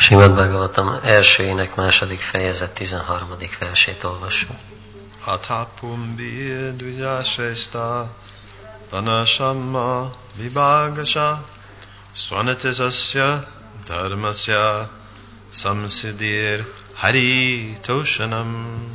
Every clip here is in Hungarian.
Srimad Bhagavatam első ének második fejezet 13. versét olvassuk. Atapumbi dvijashesta tanashamma vibhagasha swanatizasya dharmasya samsiddhir hari toshanam.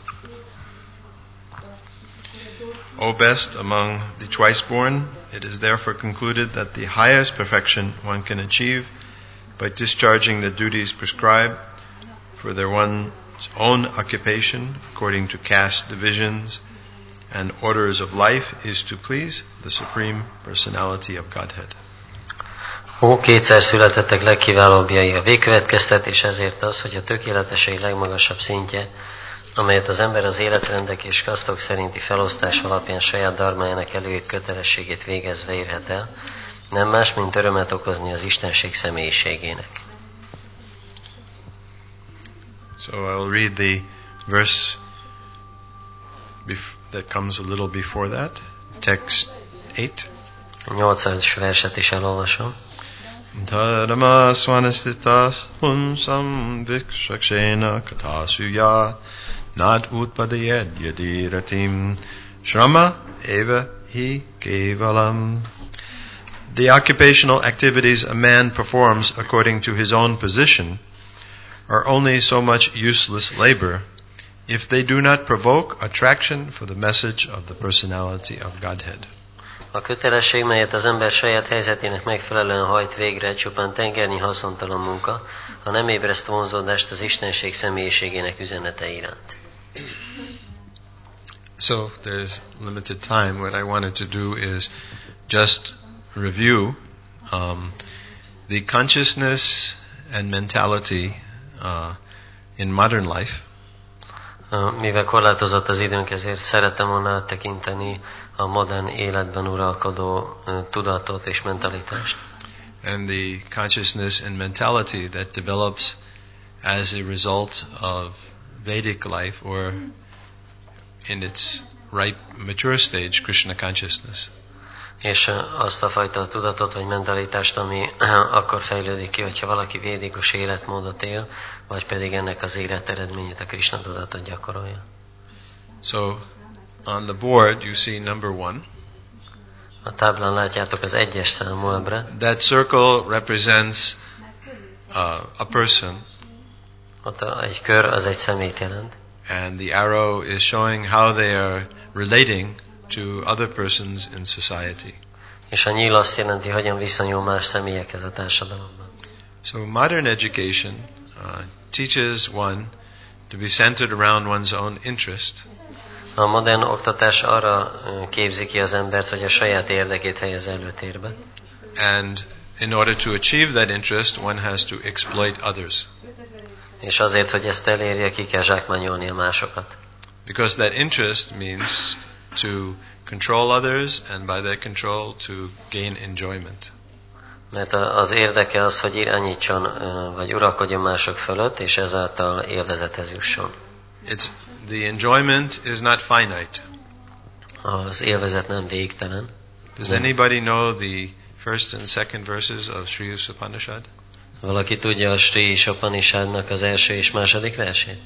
O best among the twice-born, it is therefore concluded that the highest perfection one can achieve by discharging the duties prescribed for their one's own occupation according to caste divisions and orders of life is to please the Supreme Personality of Godhead. Ó, kétszer születettek legkiválóbbjai a végkövetkeztetés ezért az, hogy a tökéletesség legmagasabb szintje, amelyet az ember az életrendek és kasztok szerinti felosztás alapján saját dharmájának előírt kötelességét végezve érhet el, nem más, mint örömet okozni az Istenség személyiségének. So I'll read the verse that comes a little before that, text 8. A 8. verset is elolvasom. Dharma svanastita punsam vikshakshena katasuya nad utpadayed yadiratim shrama eva hi kevalam. The occupational activities a man performs according to his own position are only so much useless labor if they do not provoke attraction for the message of the personality of Godhead. A kötelesség, melyet az ember saját helyzetének megfelelően hajt végre, csupán tengernyi haszontalan munka, ha nem ébreszt vonzódást az Istenség személyiségének üzenete iránt. So there's limited time. What I wanted to do is just review the consciousness and mentality in modern life. Mivel korlátozott az időnk, ezért szerettem volna áttekinteni a modern életben uralkodó tudatot és mentalitást. And the consciousness and mentality that develops as a result of Vedic life, or in its ripe, mature stage, Krishna consciousness. És azt a fajta tudatot vagy mentalitást, ami akkor fejlődik ki, hogyha valaki védikus életmódot él, vagy pedig ennek az élet eredményét, a Krishna tudatot gyakorolja. So, on the board you see number 1. A táblán látjátok az 1-es számú ábrát. That circle represents a person. Ott egy kör, az egy személyt jelent. And the arrow is showing how they are relating to other persons in society. És a nyíl azt jelenti, hogyan viszonyul más személyekhez a társadalomban. So modern education teaches one to be centered around one's own interest. A modern oktatás arra képzi ki az embert, hogy a saját érdekét helyez előtérbe. And in order to achieve that interest, one has to exploit others. És azért, hogy ezt elérje, ki kell zsákmányolni a másokat. Because that interest means to control others, and by that control to gain enjoyment. Mert az érdeke az, hogy irányítson, vagy uralkodjon mások fölött, és ezáltal élvezethez jusson. The enjoyment is not finite. Az élvezet nem végtelen. Does anybody know the first and second verses of Sri Upanishad? Valaki tudja a Sri Upanishadnak az első és második versét?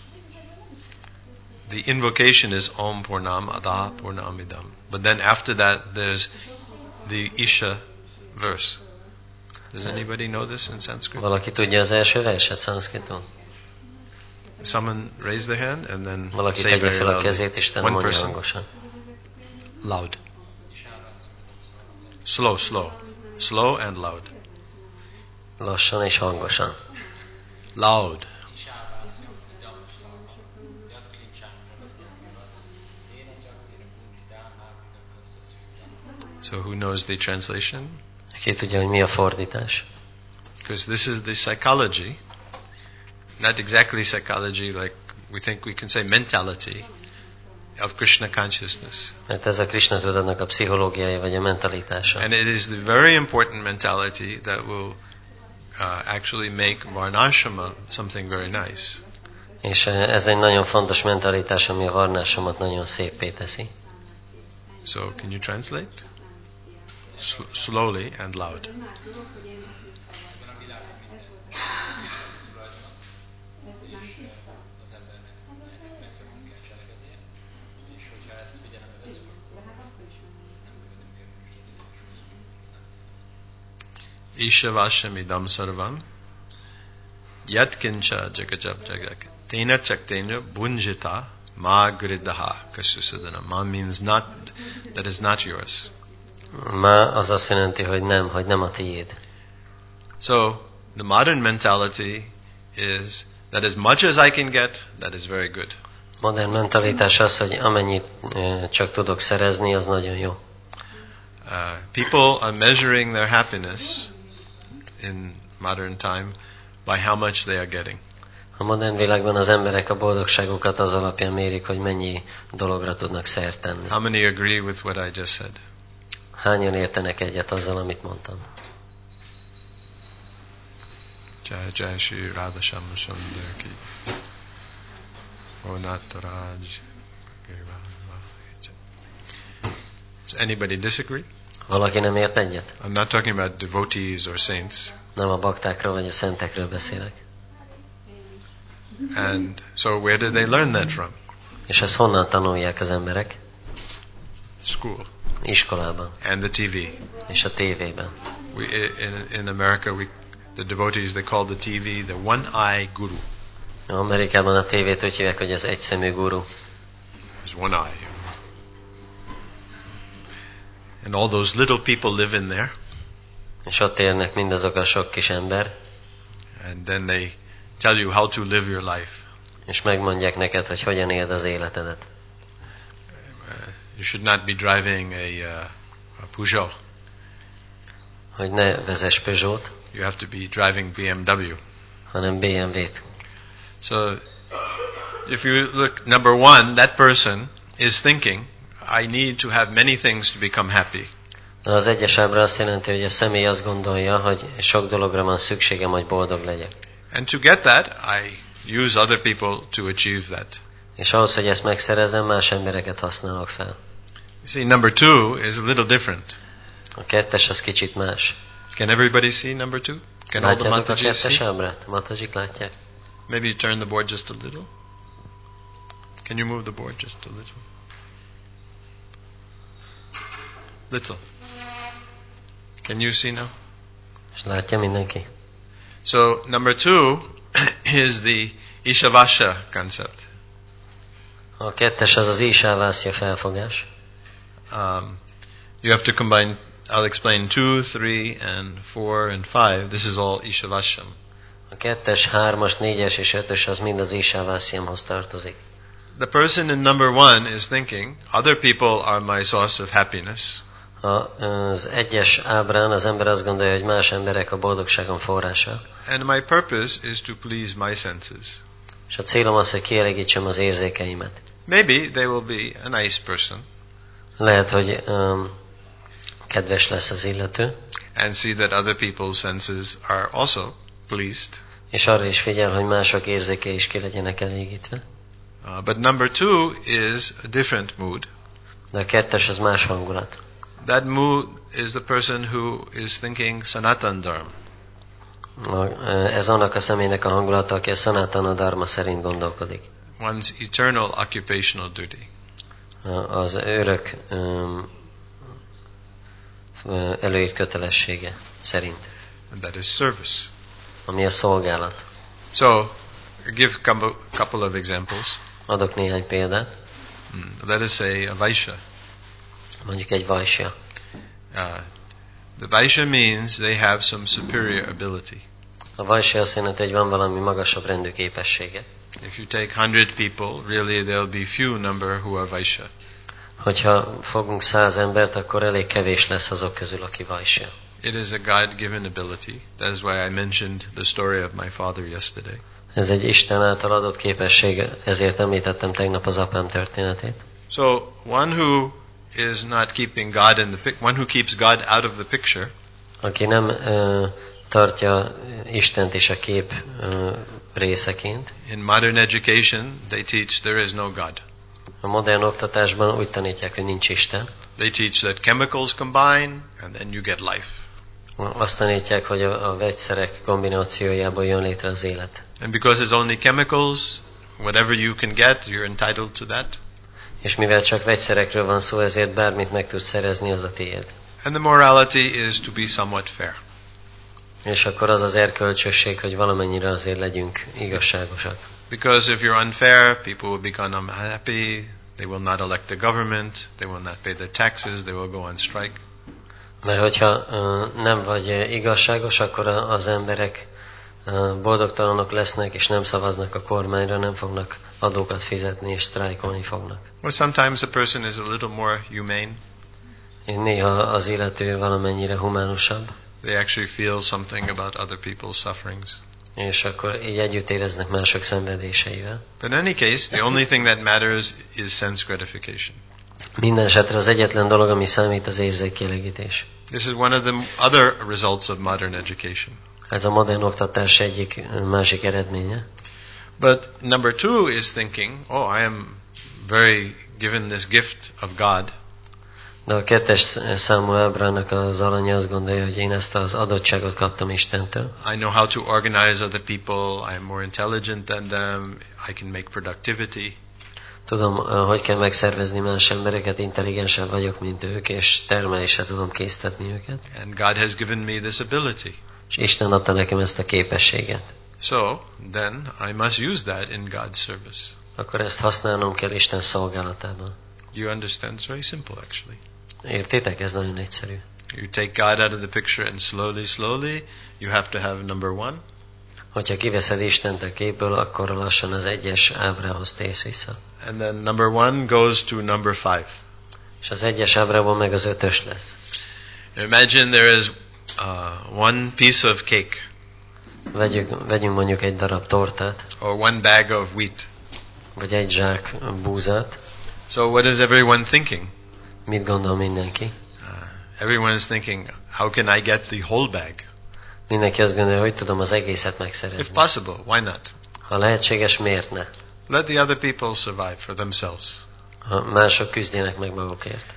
The invocation is Om Purnam Ada Purnamidam. But then after that there's the Isha verse. Does anybody know this in Sanskrit? Valaki tudja az első verset szanszkritul? Someone raise their hand and then valaki say tegye very fel a loudly. kezét, és One mondja person. hangosan. Loud. Slow. Slow and loud. Lassan és hangosan. Loud. So who knows the translation? Ki tudja, hogy mi a fordítás? Because this is the psychology, not exactly psychology like we think we can say mentality of Krishna consciousness. Mert ez a Krishna tudatnak a pszichológiája vagy a mentalitása. And it is the very important mentality that will actually make Varnashrama something very nice. És ez egy nagyon fontos mentalitás, ami a varnásomat nagyon széppé teszi. So can you translate? Slowly and loud. Ishavasham idam sarvam yat kincha jagajab jagak tena chaktena bunjita ma gridaha kasusadana. Ma means not, that is not yours. Ma az azt jelenti, hogy nem a tiéd. So, the modern mentality is that as much as I can get, that is very good. Modern mentalitás az, hogy amennyit csak tudok szerezni, az nagyon jó. People are measuring their happiness in modern time by how much they are getting. A modern világban az emberek a boldogságukat az alapján mérik, hogy mennyi dologra tudnak szert tenni. How many agree with what I just said? Hányan értenek egyet azzal, amit mondtam? Jai Jai Shri Radha Shamsundar ki. Onataraj. Does anybody disagree? Valaki nem ért egyet? I'm not talking about devotees or saints. Nem a baktákról vagy a szentekről beszélek. And so where did they learn that from? És ezt honnan tanulják az emberek? School. Iskolában. And the TV. És a tévében. In America, the devotees, they call the TV the one-eye guru. Amerikában a tévét úgy hívják, hogy az egyszemű guru. There's one eye. And all those little people live in there. És ott élnek mindazok a sok kis ember. And then they tell you how to live your life. És megmondják neked, hogy hogyan éld az életedet. You should not be driving a Peugeot. Hogy ne vezess Peugeot. You have to be driving BMW. Hanem BMW-t. So, if you look, number one, that person is thinking, I need to have many things to become happy. Az egyes ábra azt jelenti, hogy a személy azt gondolja, hogy sok dologra van szükségem, hogy boldog legyek. And to get that, I use other people to achieve that. És ahhoz, hogy ezt megszerezzem, más embereket használok fel. You see, number two is a little different. A kettes az kicsit más. Can everybody see number two? Can all the Látjátok a Matajis kettes see? ábrát? A Matajik látják? Maybe you turn the board just a little. Can you move the board just a little? Little. Can you see now? És látja mindenki? So, number two is the Ishavasya concept. A kettes az az Isávásya felfogás. You have to combine, I'll explain 2, 3, and 4, and 5. This is all Ishavashyam. A kettes, hármas, négyes és ötös az mind az Isávásyamhoz tartozik. The person in number one is thinking, other people are my source of happiness. Az egyes ábrán az ember azt gondolja, hogy más emberek a boldogságom forrása. And my purpose is to please my senses. És a célom az, hogy kielégítsem az érzékeimet. Maybe they will be a nice person. Lehet, hogy kedves lesz az illető. And see that other people's senses are also pleased. És arra is figyel, hogy mások érzékei is ki legyenek elégítve. But number two is a different mood. De a kettes az más hangulat. That mood is the person who is thinking Sanatan Dharma. Ez annak a személynek a hangulata, aki a Sanatana Dharma szerint gondolkodik. One's eternal occupational duty. Az örök előírt kötelessége szerint. And that is service. Ami a szolgálat. So, give a couple of examples. Adok néhány példát. Let us say a Vaishya. Mondjuk egy Vaishya. The Vaishya means they have some superior ability. A Vaishya azt jelenti, hogy van valami magasabb rendű képessége. If you take 100 people, really there'll be few number who are Vaishya. Hogyha fogunk 100 embert, akkor elég kevés lesz azok közül, aki Vaishya. It is a God-given ability. That is why I mentioned the story of my father yesterday. Ez egy Isten által adott képesség, ezért említettem tegnap az apám történetét. So, one who is not keeping God in the picture, one who keeps God out of the picture, aki nem tartja Istent is a kép részeként. In modern education, they teach there is no God. A modern oktatásban úgy tanítják, hogy nincs Isten. They teach that chemicals combine and then you get life. Azt tanítják, hogy a vegyszerek kombinációjából jön létre az élet. And because it's only chemicals, whatever you can get, you're entitled to that. És mivel csak vegyszerekről van szó, ezért bármit meg tudsz szerezni, az a tiéd. And the morality is to be somewhat fair. És akkor az az erkölcsösség, hogy valamennyire azért legyünk igazságosak. Because if you're unfair, people will become unhappy, they will not elect the government, they will not pay their taxes, they will go on strike. Mert hogyha nem vagy igazságos, akkor az emberek boldogtalanok lesznek, és nem szavaznak a kormányra, nem fognak adókat fizetni, és sztrájkolni fognak. Or sometimes a person is a little more humane. Néha az illető valamennyire humánusabb, They actually feel something about other people's sufferings. és akkor így együtt éreznek mások szenvedéseivel. But in any case, the only thing that matters is sense gratification. Minden esetre az egyetlen dolog, ami számít, az érzékkielégítés. This is one of the other results of modern education. Ez a modern oktatás egyik másik eredménye. But number two is thinking, oh, I am very given this gift of God. De a 2. számú ábrának az alanya azt gondolja, hogy én ezt az adottságot kaptam Istentől. I know how to organize other people. I am more intelligent than them. I can make productivity. Tudom, hogy kell megszervezni más embereket, intelligensebb vagyok, mint ők, és termelésre tudom késztetni őket. And God has given me this ability. És Isten adta nekem ezt a képességet. So, then I must use that in God's service. Akkor ezt használnom kell Isten szolgálatában. You understand? It's very simple, actually. Értitek? Ez nagyon egyszerű. You take God out of the picture and slowly, you have to have number one. Hogyha kiveszed Istent a képből, akkor lassan az 1. ábrához térsz vissza. And then number one goes to number 5. És az 1. ábrából meg az 5-ös lesz. Imagine there is one piece of cake. Vegyünk mondjuk egy darab tortát, Or one bag of wheat. vagy egy zsák búzát. So what is everyone thinking? Mit gondol mindenki? Everyone is thinking, how can I get the whole bag? Mindenki azt gondolja, hogy tudom az egészet If megszerezni. possible, why not? Ha lehetséges, miért ne? Let the other people survive for themselves. Ha mások küzdjenek meg magukért.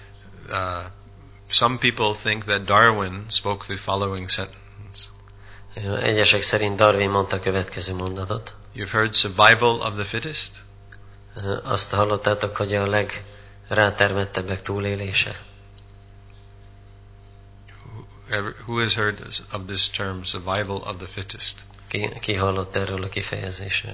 Some people think that Darwin spoke the following sentence. Egyesek szerint Darwin mondta a következő mondatot. You've heard survival of the fittest? Azt hallottátok, hogy a legrátermettebbek túlélése? Who has heard of this term, survival of the fittest? Ki hallott erről a kifejezésről?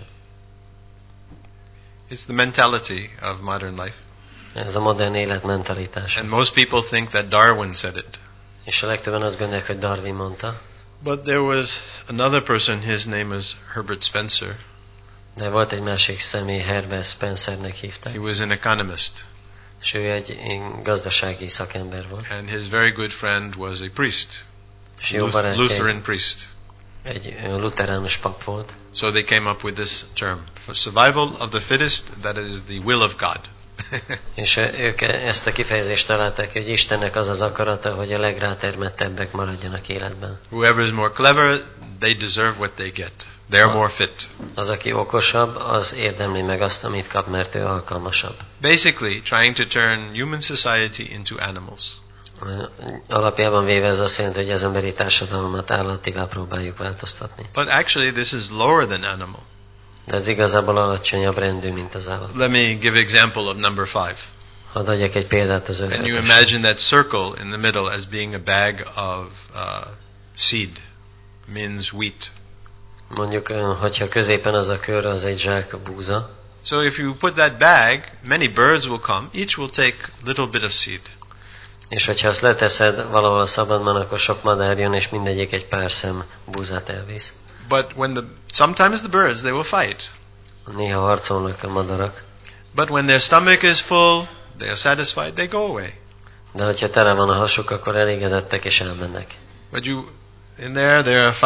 It's the mentality of modern life. Ez a modern élet mentalitása. And most people think that Darwin said it. És a legtöbben azt gondolják, hogy Darwin mondta. But there was another person, his name is Herbert Spencer. De volt egy másik személy, Herbert Spencernek hívták. He was an economist. És ő egy gazdasági szakember volt. And his very good friend was a priest. És jó barátja Lutheran priest. egy luteránus pap volt. So they came up with this term. For survival of the fittest, that is the will of God. És ők ezt a kifejezést találták, hogy Istennek az az akarata, hogy a legrátermettebbek maradjanak életben. Whoever is more clever, they deserve what they get. They are more fit. Az, aki okosabb, az érdemli meg azt, amit kap, mert ő alkalmasabb. Basically, trying to turn human society into animals. Alapjában véve ez azt jelenti, hogy az emberi társadalmat állattivá próbáljuk változtatni. But actually, this is lower than animal. De ez igazából alacsonyabb rendű, mint az állat. Let me give example of number 5. Hadd adjak egy példát az And you ötösre. imagine that circle in the middle as being a bag of seed, means wheat. Mondjuk, hogyha középen az a kör, az egy zsák búza. So if you put that bag, many birds will come. Each will take a little bit of seed. És hogyha azt leteszed valahol a szabadban, akkor sok madár jön, és mindegyik egy pár szem búzát elvisz. But sometimes the birds, they will fight. Néha harcolnak a madarak. But when their stomach is full, they are satisfied, they go away. De hogyha tele van a hasuk, akkor elégedettek és elmennek. But there are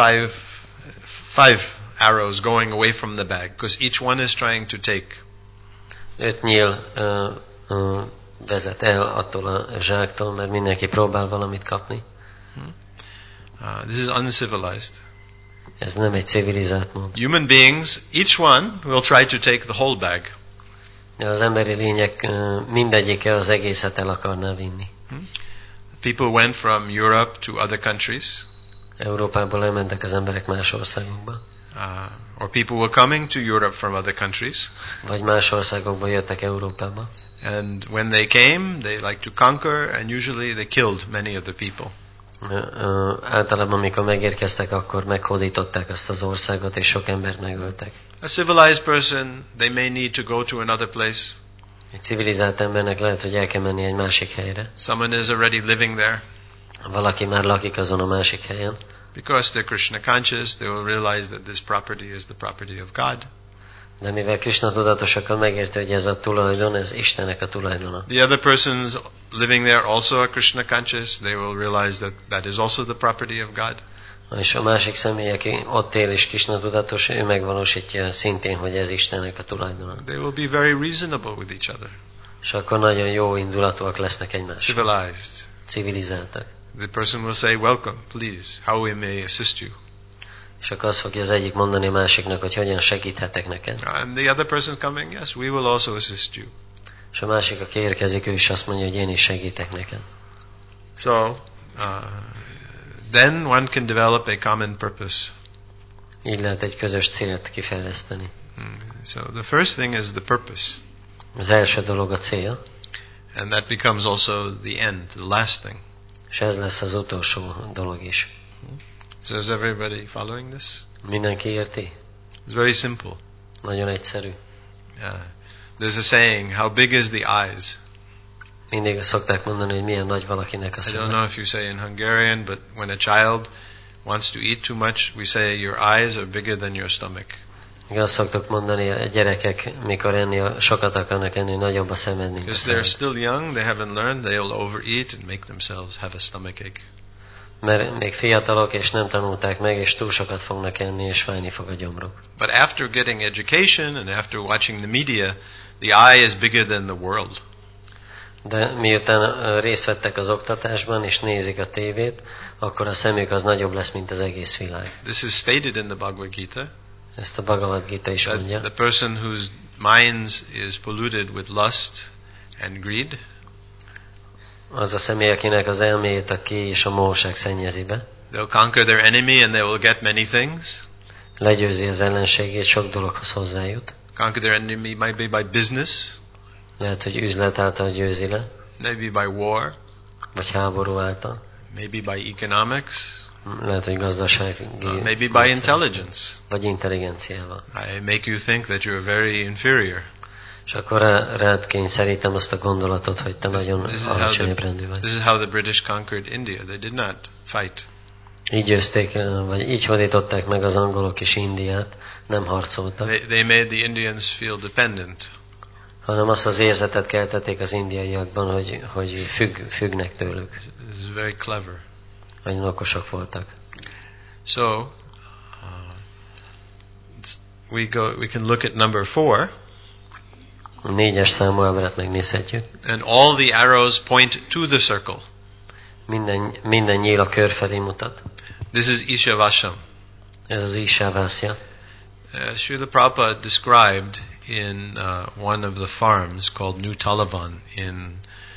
five arrows going away from the bag, because each one is trying to take. 5 nyíl vezet el attól a zsáktól, mert mindenki próbál valamit kapni. This is uncivilized. Ez nem egy civilizált mód. Human beings, each one will try to take the whole bag. Az emberi lények mindegyike az egészet el akarná vinni. People went from Europe to other countries. Európából elmentek az emberek más országokba. Or people were coming to Europe from other countries. Vagy más országokba jöttek Európába. And when they came, they liked to conquer, and usually they killed many of the people. Általában, amikor megérkeztek, akkor meghódították azt az országot, és sok embert megöltek. A civilized person, they may need to go to another place. Egy civilizált embernek lehet, hogy el kell menni egy másik helyre. Someone is already living there. Valaki már lakik azon a másik helyen. Because they're Krishna conscious, they will realize that this property is the property of God. De mivel Krishna tudatosak, megérti, hogy ez a tulajdon, ez Istennek a tulajdona. The other persons living there also are Krishna conscious, they will realize that that is also the property of God. És a másik személy, aki ott él és Krishna tudatos, ő megvalósítja szintén, hogy ez Istennek a tulajdona. They will be very reasonable with each other. És akkor nagyon jó indulatúak lesznek egymással. Civilized. Civilizáltak. The person will say, welcome, please, how we may assist you. És akkor azt fogja az egyik mondani a másiknak, hogy hogyan segíthetek neked. And the other person coming, yes, we will also assist you. És a másik, aki érkezik, ő is azt mondja, hogy én is segítek neked. So, then one can develop a common purpose. Így lehet egy közös célt kifejleszteni. So the first thing is the purpose. Az első dolog a cél. And that becomes also the end, the last thing. És ez lesz az utolsó dolog is. So is everybody following this? Mindenki érti? It's very simple. Nagyon egyszerű. There's a saying, how big is the eyes? Mindig szokták mondani, hogy milyen nagy valakinek a I don't szeme. know if you say in Hungarian, but when a child wants to eat too much, we say your eyes are bigger than your stomach. Azt szoktuk mondani, a gyerekek, mikor sokat akarnak enni, nagyobb a szemed, mint a Because they're szemed. still young, they haven't learned, they'll overeat and make themselves have a stomachache. Mert még fiatalok, és nem tanulták meg, és túl sokat fognak enni, és fájni fog a gyomruk. But after getting education and after watching the media, the eye is bigger than the world. De miután részt vettek az oktatásban, és nézik a tévét, akkor a szemük az nagyobb lesz, mint az egész világ. This is stated in the Bhagavad Gita. Ezt a Bhagavad Gita is mondja. The person whose mind is polluted with lust and greed, Az a személy, akinek az elméjét a ki és a mohóság szennyezi be, they'll conquer their enemy and they will get many things. legyőzi az ellenségét, sok dologhoz hozzájut. Conquer their enemy might be by business, Lehet, hogy üzlet által győzi le, maybe by war, vagy háború által. maybe by economics, Lehet, hogy gazdasági, maybe by intelligence. vagy intelligenciával. I make you think that you're very inferior. És akkor rád kényszerítem azt a gondolatot, hogy te nagyon alacsonyabb rendű vagy. This is how the British conquered India. They did not fight. Így győzték, vagy így hódították meg az angolok is Indiát, nem harcoltak, They made the Indians feel dependent. hanem azt az érzetet keltették az indiaiakban, hogy függnek tőlük. This is very clever. Nagyon okosak voltak. So, we can look at number 4. A 4-es számú ábrát megnézhetjük. And all the arrows point to the circle. Minden nyíl a kör felé mutat. This is Ishavasham. Ez az Isávásja. Srila Prabhupada described in one of the farms called New Talavan in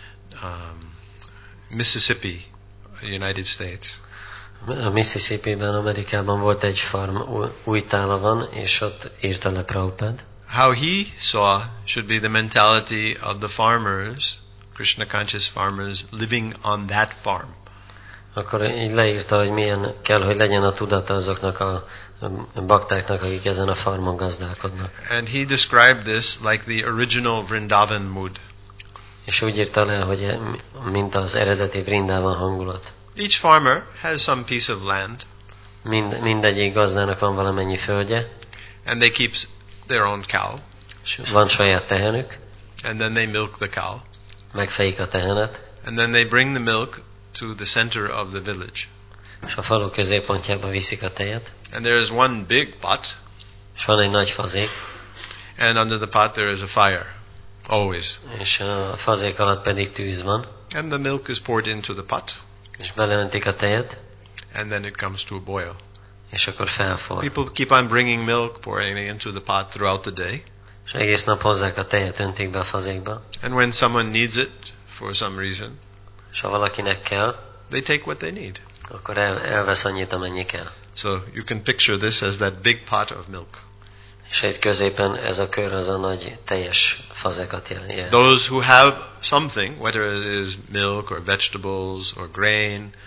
Mississippi, United States. A Mississippi-ben, Amerikában volt egy farm, új Talavan, és ott írta le Prabhupád. How he saw should be the mentality of the farmers, Krishna conscious farmers living on that farm. Akkor így leírta, hogy milyen kell, hogy legyen a tudata azoknak a baktáknak, akik ezen a farmon gazdálkodnak. And he described this like the original Vrindavan mood. És úgy írta le, hogy mint az eredeti Vrindavan hangulat. Each farmer has some piece of land. Mindegyik gazdának van valamennyi földje. And they keep their own cow. És van saját tehenük. And then they milk the cow. Megfejik a tehenet. And then they bring the milk to the center of the village. És a falu középpontjába viszik a tejet. And there is one big pot. És van egy nagy fazék. And under the pot there is a fire. Always. És a fazék alatt pedig tűz van. And the milk is poured into the pot. És beleöntik a tejet. And then it comes to a boil. És akkor felforr. People keep on bringing milk, pouring it into the pot throughout the day. És egész nap hozzák a tejet, öntik be a fazékba. And when someone needs it for some reason, És ha valakinek kell, they take what they need. akkor elvesz annyit, amennyi kell. So you can picture this as that big pot of milk. És egy középen ez a kör az a nagy teljes fazekat jelent. Those who have something, whether it is milk or vegetables or grain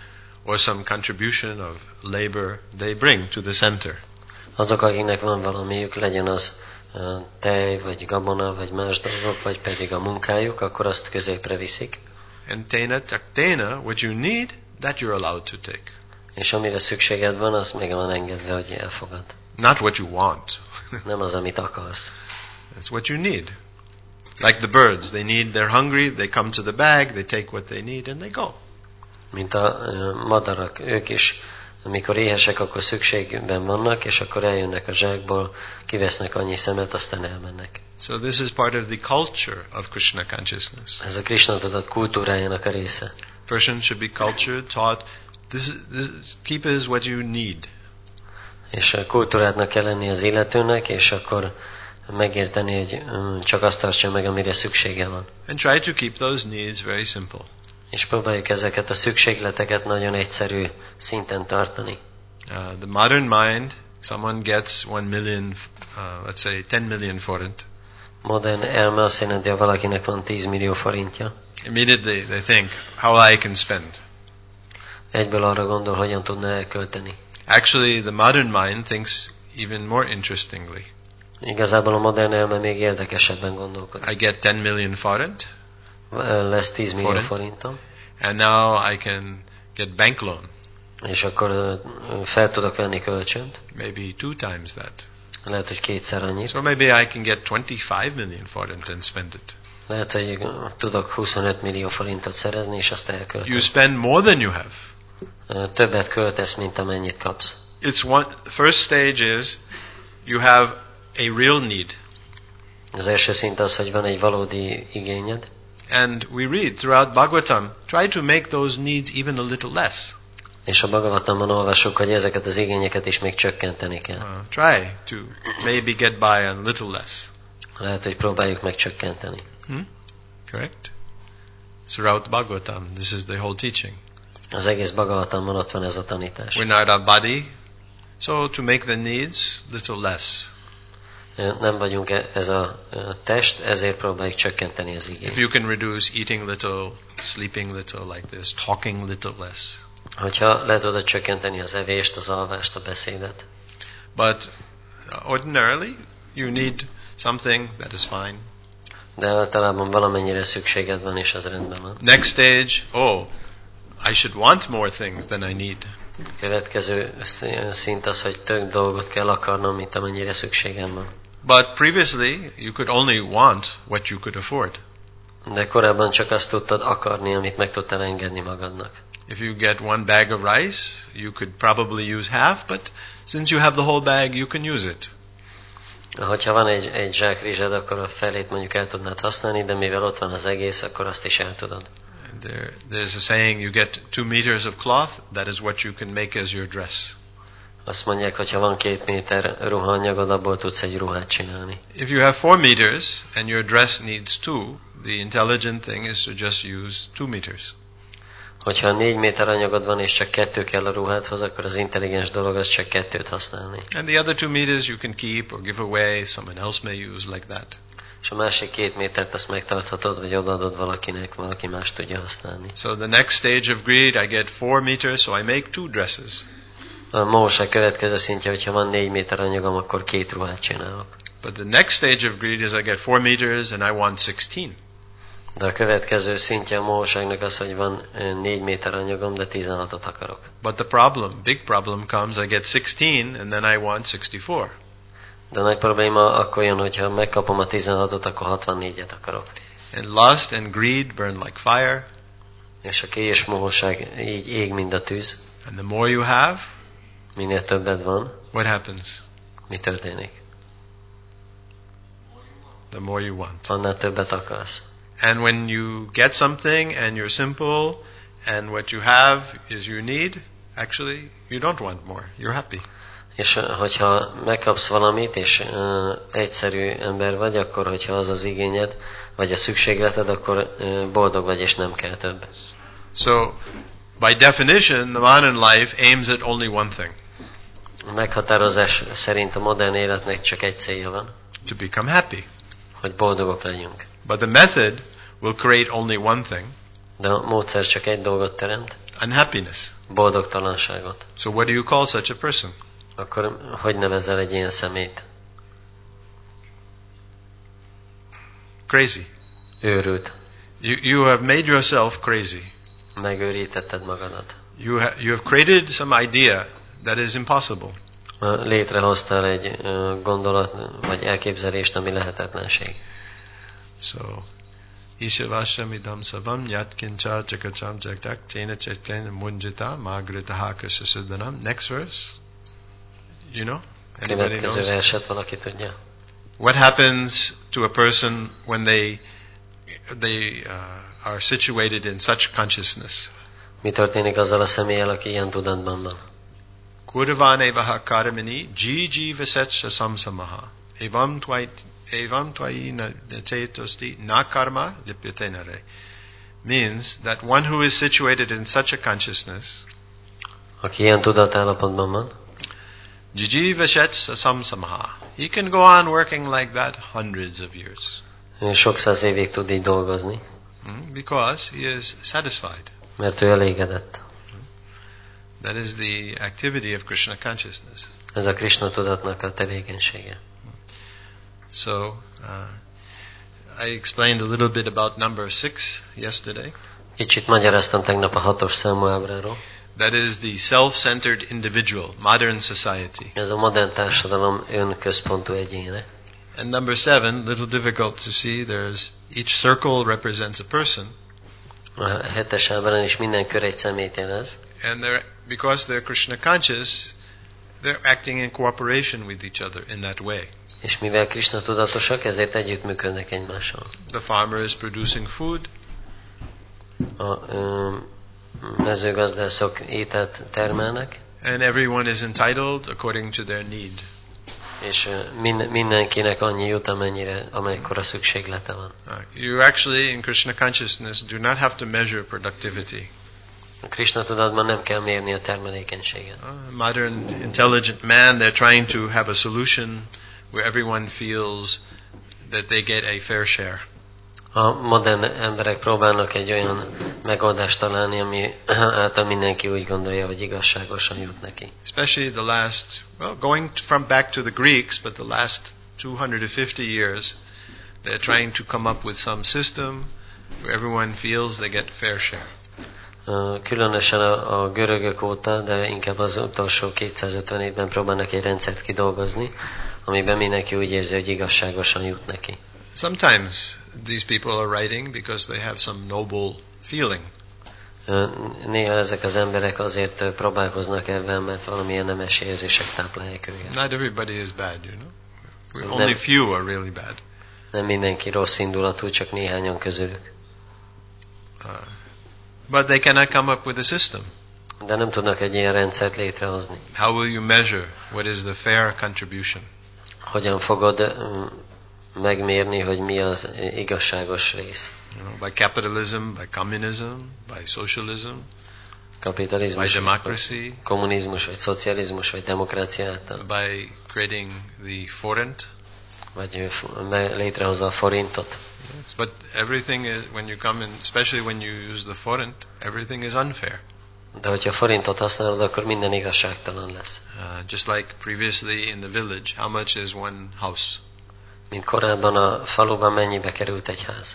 or some contribution of labor they bring to the center. Azok, akiknek van valamiük, legyen az tej, vagy gabona, vagy más dolgok, vagy pedig a munkájuk, akkor azt középre viszik. And tena taktena, what you need, that you're allowed to take. És amire szükséged van, az meg van engedve, hogy elfogad. Not what you want. Nem az, amit akarsz. That's what you need. Like the birds, they're hungry, they come to the bag, they take what they need and they go. Mint a madarak, ők is, amikor éhesek, akkor szükségben vannak, és akkor eljönnek a zsákból, kivesznek annyi szemet, aztán elmennek. So this is part of the culture of Krishna consciousness. Ez a Krishna tudat kultúrájának a része. Person should be cultured, taught, keep is what you need. És a kultúrátnak kell lenni az illetőnek, és akkor megérteni, hogy csak azt tartsa meg, amire szüksége van. And try to keep those needs very simple. És próbáljuk ezeket a szükségleteket nagyon egyszerű szinten tartani. The modern mind, someone gets 1 million, let's say 10 million forint. Modern elme azt jelenti, ha valakinek van 10 millió forintja. Immediately they think, how I can spend. Egyből arra gondol, hogyan tudna elkölteni. Actually, the modern mind thinks even more interestingly. Igazából a modern elme még érdekesebben gondolkodik. I get 10 million forint. Lesz 10 millió forintom. And now I can get bank loan. És akkor fel tudok venni kölcsönt. Maybe 2 times that. Lehet, hogy kétszer annyit. So maybe I can get 25 million forint and spend it. Lehet, hogy tudok 25 millió forintot szerezni, és azt elköltöm. You spend more than you have. Többet költesz, mint amennyit kapsz. First stage is you have a real need. Az első szint az, hogy van egy valódi igényed. And we read throughout Bhagavatam, try to make those needs even a little less. És a Bhagavatamban olvassuk, hogy ezeket az igényeket is még csökkenteni kell. Try to maybe get by a little less. Lehet, hogy próbáljuk meg csökkenteni. Correct? Throughout Bhagavatam, this is the whole teaching. Az egész Bhagavatamban ott van ez a tanítás. We're not a body, so to make the needs little less. Nem vagyunk ez a test, ezért próbáljuk csökkenteni az igényt. If you can reduce eating little, sleeping little like this, talking little less. Hogyha le tudod csökkenteni az evést, az alvást, a beszédet. But ordinarily you need something that is fine. De általában valamennyire szükséged van, és az rendben van. Next stage, I should want more things than I need. Következő szint az, hogy több dolgot kell akarnom, mint amennyire szükségem van. But previously you could only want what you could afford. De korábban csak azt tudtad akarni, amit meg tudtál engedni magadnak. If you get 1 bag of rice, you could probably use half, but since you have the whole bag, you can use it. Hogyha van egy zsák rizsed, akkor a felét mondjuk el tudnád használni, de mivel ott van az egész, akkor azt is el tudod. There's a saying, you get 2 meters of cloth, that is what you can make as your dress. Azt mondják, hogy ha van 2 méter ruhaanyagod, abból tudsz egy ruhát csinálni. If you have 4 meters and your dress needs 2, the intelligent thing is to just use 2 meters. Hogyha 4 méter anyagod van, és csak 2 kell a ruhádhoz, akkor az intelligens dolog az csak 2-t használni. And the other 2 meters you can keep or give away, someone else may use like that. És a másik 2 métert azt megtarthatod, vagy odaadod valakinek, valaki más tudja használni. So the next stage of greed, I get 4 meters, so I make 2 dresses. A mohóság következő szintje, hogyha van 4 méter anyagom, akkor 2 ruhát csinálok. But the next stage of greed is I get 4 meters and I want 16. De a következő szintje a mohóságnak az, hogy van 4 méter anyagom, de 16-ot akarok. But the big problem comes, I get 16 and then I want 64. De a nagy probléma akkor jön, hogyha megkapom a 16-ot, akkor 64-et akarok. And lust and greed burn like fire. És a kés mohóság így ég, mint a tűz. And the more you have, minél többed van, what happens? Mi történik? The more you want. Annál többet akarsz. And when you get something and you're simple and what you have is you need, actually you don't want more. You're happy. És hogyha megkapsz valamit, és egyszerű ember vagy, akkor hogyha az az igényed, vagy a szükségleted, akkor boldog vagy, és nem kell több. So, by definition, the modern life aims at only one thing. A meghatározás szerint a modern életnek csak egy célja van. To become happy. Hogy boldogok legyünk. But the method will create only one thing. De a módszer csak egy dolgot teremt. Unhappiness. boldogtalanságot. So what do you call such a person? Akkor hogy nevezel egy ilyen szemét? Crazy. Őrült. You have made yourself crazy. Megőrítetted magadat. You have created some idea that is impossible. Létrehoztál egy gondolat, vagy elképzelést, ami lehetetlenség. So, Ishavasham idam savam yatkincha chakacham jaktak tena chaitanya munjita magritaha kasasiddhanam. Next verse. You know? Anybody Következő knows? verset valaki tudja? What happens to a person when they are situated in such consciousness? Mi történik azzal a személlyel, aki ilyen tudatban van? Kurvanevaha karamini jiji vasetsa samsamaha evam twai na chetosti na karma lipyatenare. Means that one who is situated in such a consciousness, Aki ilyen tudatállapotban van, jiji vasetsa samsamaha, he can go on working like that hundreds of years. sok száz évig tud így dolgozni, Because he is satisfied. mert ő elégedett. That is the activity of Krishna consciousness. Ez a Krishna tudatnak a tevékenysége. So, I explained a little bit about number 6 yesterday. Kicsit magyaráztam tegnap a 6-os számú ábráról. That is the self-centered individual, modern society. Ez a modern társadalom önközpontú egyéne. And number 7, little difficult to see, there's each circle represents a person. A 7-es ábrán is minden kör egy személyt jelez. And because they're Krishna conscious, they're acting in cooperation with each other in that way. És mivel Krishna tudatosak, ezért együttműködnek egymással. The farmer is producing food. A mezőgazdászok ételt termelnek, And everyone is entitled according to their need. és mindenkinek annyi jut, amekkora szükséglete van. You actually, in Krishna consciousness, do not have to measure productivity. A Krishna tudatban nem kell mérni a termelékenységet. Modern intelligent man, they're trying to have a solution where everyone feels that they get a fair share. A modern emberek próbálnak egy olyan megoldást találni, ami által mindenki úgy gondolja, hogy igazságosan jut neki. Especially the last, going from back to the Greeks, but the last 250 years, they're trying to come up with some system where everyone feels they get fair share. Különösen a görögök óta, de inkább az utolsó 250 évben próbálnak egy rendszert kidolgozni, amiben mindenki úgy érzi, hogy igazságosan jut neki. Sometimes these people are writing because they have some noble feeling. Néha ezek az emberek azért próbálkoznak ebben, mert valamilyen nemes érzések táplálják őket. Not everybody is bad, you know. Only few are really bad. Nem mindenki rossz indulatú, csak néhányan közülük. But they cannot come up with a system. De nem tudnak egy ilyen rendszert létrehozni. How will you measure what is the fair contribution? Hogyan fogod megmérni, hogy mi az igazságos rész? By capitalism, by communism, by socialism, Kapitalizmus, by democracy, kommunizmus, vagy szocializmus, vagy demokrácia által, by creating the forint. vagy létrehozva a forintot. Yes, but everything is, when you come in, especially when you use the forint, everything is unfair. De hogyha forintot használod, akkor minden igazságtalan lesz. Just like previously in the village, how much is one house? Mint korábban a faluban mennyibe került egy ház?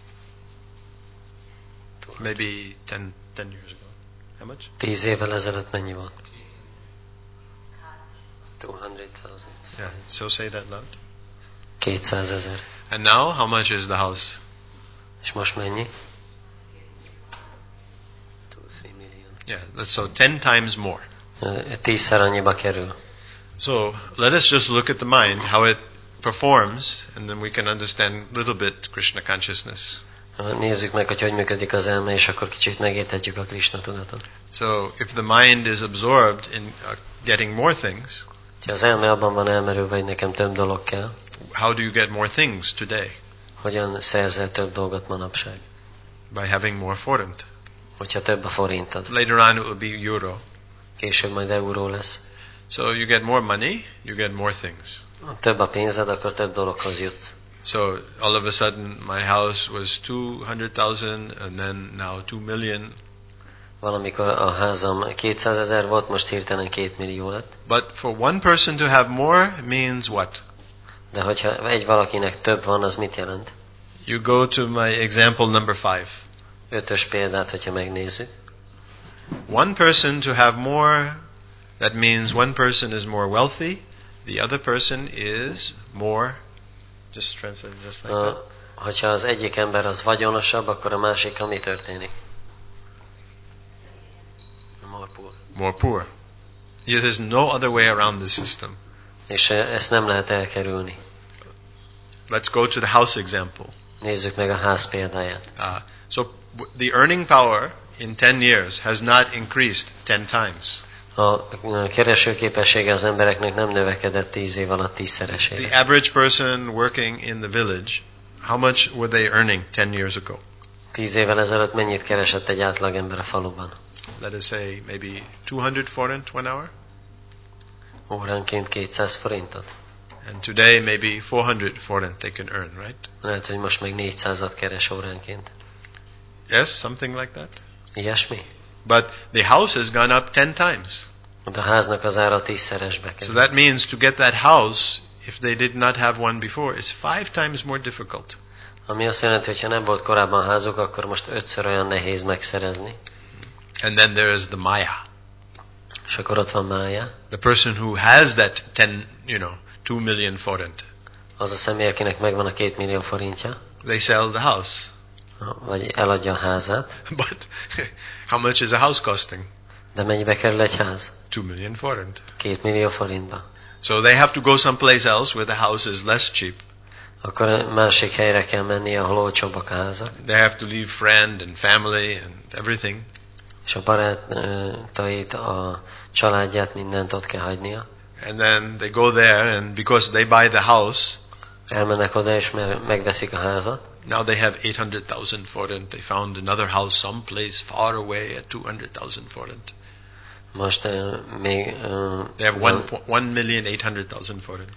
Maybe 10 years ago. How much? 10 évvel ezelőtt mennyi volt? 200,000. Yeah, so say that loud. 200 000. And now, how much is the house? És most mennyi? 2-3 million. Yeah, that's so 10 times more. 10-szer annyiba kerül. So, let us just look at the mind, how it performs, and then we can understand a little bit Krishna consciousness. Nézzük meg, hogy működik az elme, és akkor kicsit megérthetjük a Krishna tudatot. So, if the mind is absorbed in getting more things, Ha az elme abban van elmerülve, hogy nekem több dolog kell, how do you get more things today? hogyan szerzel több dolgot manapság? By having more forint. Hogyha több a forintod. Later on it will be euro. Később majd euró lesz. So you get more money, you get more things. Ha több a pénzed, akkor több dologhoz jutsz. So all of a sudden my house was 200,000 and then now 2 million. Valamikor a házam 200 000 volt, most hirtelen 2 millió lett. But for one person to have more means what? De hogyha egy valakinek több van, az mit jelent? You go to my example number 5. 5-ös példát, hogyha megnézzük. One person to have more, that means one person is more wealthy, the other person is more, just translate just like that. Hogyha az egyik ember az vagyonosabb, akkor a másikkal mi történik? More poor. More poor. There's no other way around this system. És ezt nem lehet elkerülni. Let's go to the house example. Nézzük meg a ház példáját. So the earning power in 10 years has not increased 10 times. A keresőképessége az embereknek nem növekedett 10 év alatt 10-szeresére. The average person working in the village, how much were they earning 10 years ago? 10 évvel ezelőtt mennyit keresett egy átlagember a faluban? Let us say maybe 200 forint 1 hour. Óránként 200 forintot? And today maybe 400 forint they can earn, right? Lehet, hogy most meg 400-at keres óránként. Yes, something like that. Ilyesmi? But the house has gone up 10 times. De a háznak az ára 10-szeresbe So kerül. that means to get that house, if they did not have one before, is 5 times more difficult. Ami azt jelenti, hogy ha nem volt korábban házuk, akkor most 5-ször olyan nehéz megszerezni. And then there is the Maya. És akkor ott van Mája. The person who has that 2 million forint. Az a személy, akinek megvan a 2 millió forintja, They sell the house. vagy eladja a házát. But how much is a house costing? De mennyibe kerül egy ház? 2 million forint. 2 millió forintba. So they have to go someplace else where the house is less cheap. Akkor másik helyre kell menni, ahol olcsóbbak a házak. They have to leave friend and family and everything. És a barátait, a családját, mindent ott kell hagynia. And then they go there, and because they buy the house, Elmennek oda, és megveszik a házat. now they have 800,000 forint. They found another house someplace far away at 200,000 forint. Most még... They have 1,800,000 forint.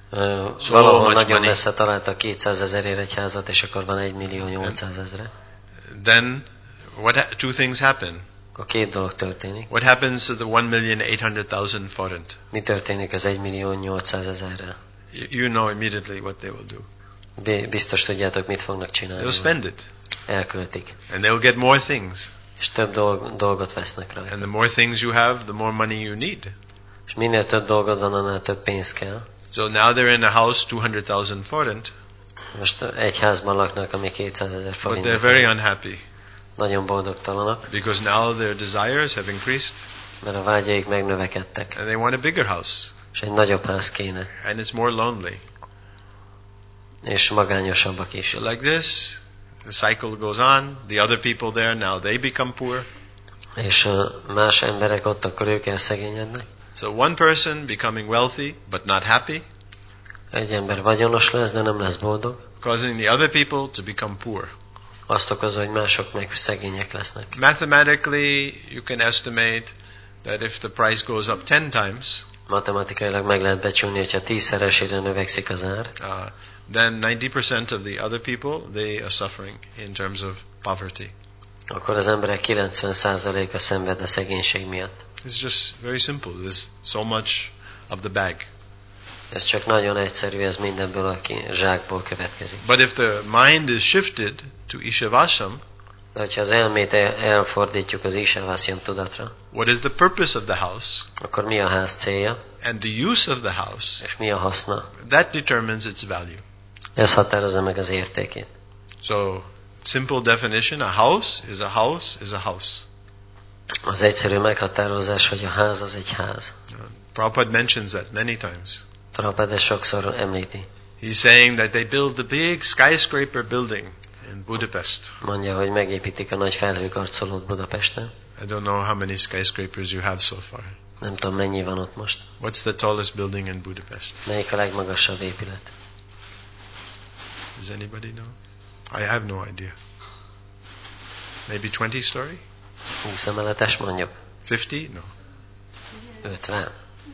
Valahol nagyon messze találtak 200 000-ért egy házat, és akkor van 1,800,000. Then, two things happen. Akkor 2 dolog történik. What happens to the 1,800,000 forint? Mi történik az 1,800,000-rel? You know immediately what they will do. Biztos tudjátok, mit fognak csinálni. They'll spend it. Elköltik. And they'll get more things. És több dolgot vesznek rá. And the more things you have, the more money you need. És minél több dolgod van, annál több pénz kell. So now they're in a house 200,000 forint. Most egy házban laknak, ami 200,000 forint. But they're very unhappy. Nagyon boldogtalanak. Because now their desires have increased. Mert a vágyaik megnövekedtek. And they want a bigger house. És egy nagyobb ház kéne. And it's more lonely. És magányosabbak is. So like this, the cycle goes on. The other people there, now they become poor. És más emberek ott, akkor ők elszegényednek. So one person becoming wealthy but not happy. Egy ember vagyonos lesz, de nem lesz boldog. Causing the other people to become poor. Azt okozza, hogy mások meg szegények lesznek. Mathematically, you can estimate that if the price goes up 10 times, Matematikailag meg lehet becsülni, hogyha 10-szeresére növekszik az ár, then 90% of the other people, they are suffering in terms of poverty. akkor az emberek 90%-a szenved a szegénység miatt. It's just very simple. There's so much of the bag. Ez csak nagyon egyszerű, ez mindenből a zsákból következik. But if the mind is shifted to Ishavasam, de hogyha az elmét elfordítjuk az Ishavasam tudatra, what is the purpose of the house? Akkor mi a ház célja? And the use of the house, és mi a haszna? That determines its value. Ez határozza meg az értékét. So, simple definition, a house is a house is a house. Az egyszerű meghatározás, hogy a ház az egy ház. Prabhupada mentions that many times. Prabhupada sokszor említi. He's saying that they build the big skyscraper building in Budapest. Mondja, hogy megépítik a nagy felhőkarcolót Budapesten. I don't know how many skyscrapers you have so far. Nem tudom, mennyi van ott most. What's the tallest building in Budapest? Melyik a legmagasabb épület? Does anybody know? I have no idea. Maybe 20 story? 20 emeletes mondjuk? 50? No. 50.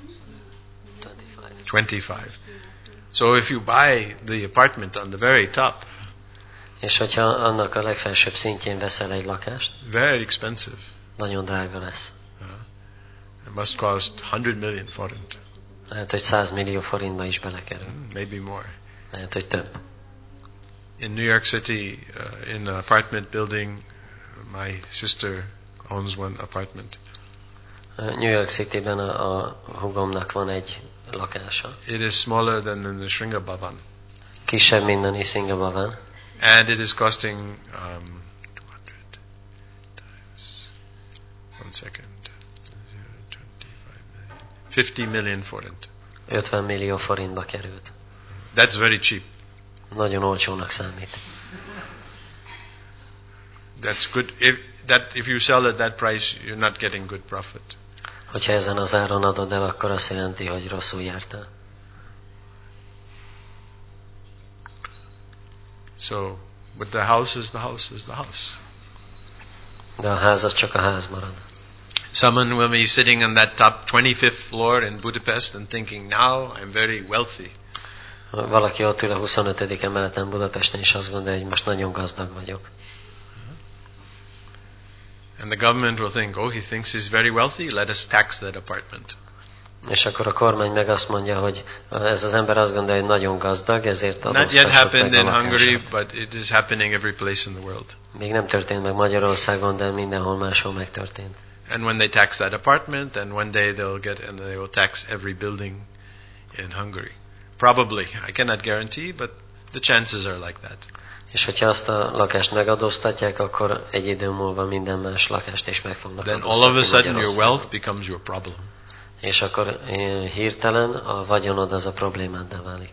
25. So if you buy the apartment on the very top, és hogyha annak a legfelsőbb szintjén veszel egy lakást, very expensive. nagyon drága lesz. It must cost 100 million forint. Lehet, hogy 100 millió forintba is belekerül. Maybe more. Lehet, hogy több. In New York City, in an apartment building, my sister owns one apartment. New York Cityben a hugomnak van egy lakása. It is smaller than in the Sringabhavan. Kisebb, mint a Nisingabhavan. And it is costing 50 million forint. 50 millió forintba került. That's very cheap. Nagyon olcsónak számít. That's good. If you sell at that price, you're not getting good profit. Hogyha ezen az áron adod el, akkor azt jelenti, hogy rosszul jártál. So, but the house is the house is the house. De a ház az csak a ház marad. Someone will be sitting on that top 25th floor in Budapest and thinking, now I'm very wealthy. Valaki ott ül a 25. emeleten Budapesten, és azt gondolja, hogy most nagyon gazdag vagyok. And the government will think, oh, he thinks he's very wealthy, let us tax that apartment. És akkor a kormány meg azt mondja, hogy ez az ember azt gondolja, hogy nagyon gazdag, ezért Not yet adóztassuk meg happened a in lakását. Hungary, but it is happening every place in the world. Még nem történt meg Magyarországon, de mindenhol máshol megtörtént. And when they tax that apartment, then one day they will tax every building in Hungary. Probably. I cannot guarantee, but the chances are like that. És hogyha azt a lakást megadóztatják, akkor egy idő múlva minden más lakást is meg fognak Then adóztatni. all of a sudden your wealth becomes your problem. És akkor hirtelen a vagyonod az a problémáddá válik.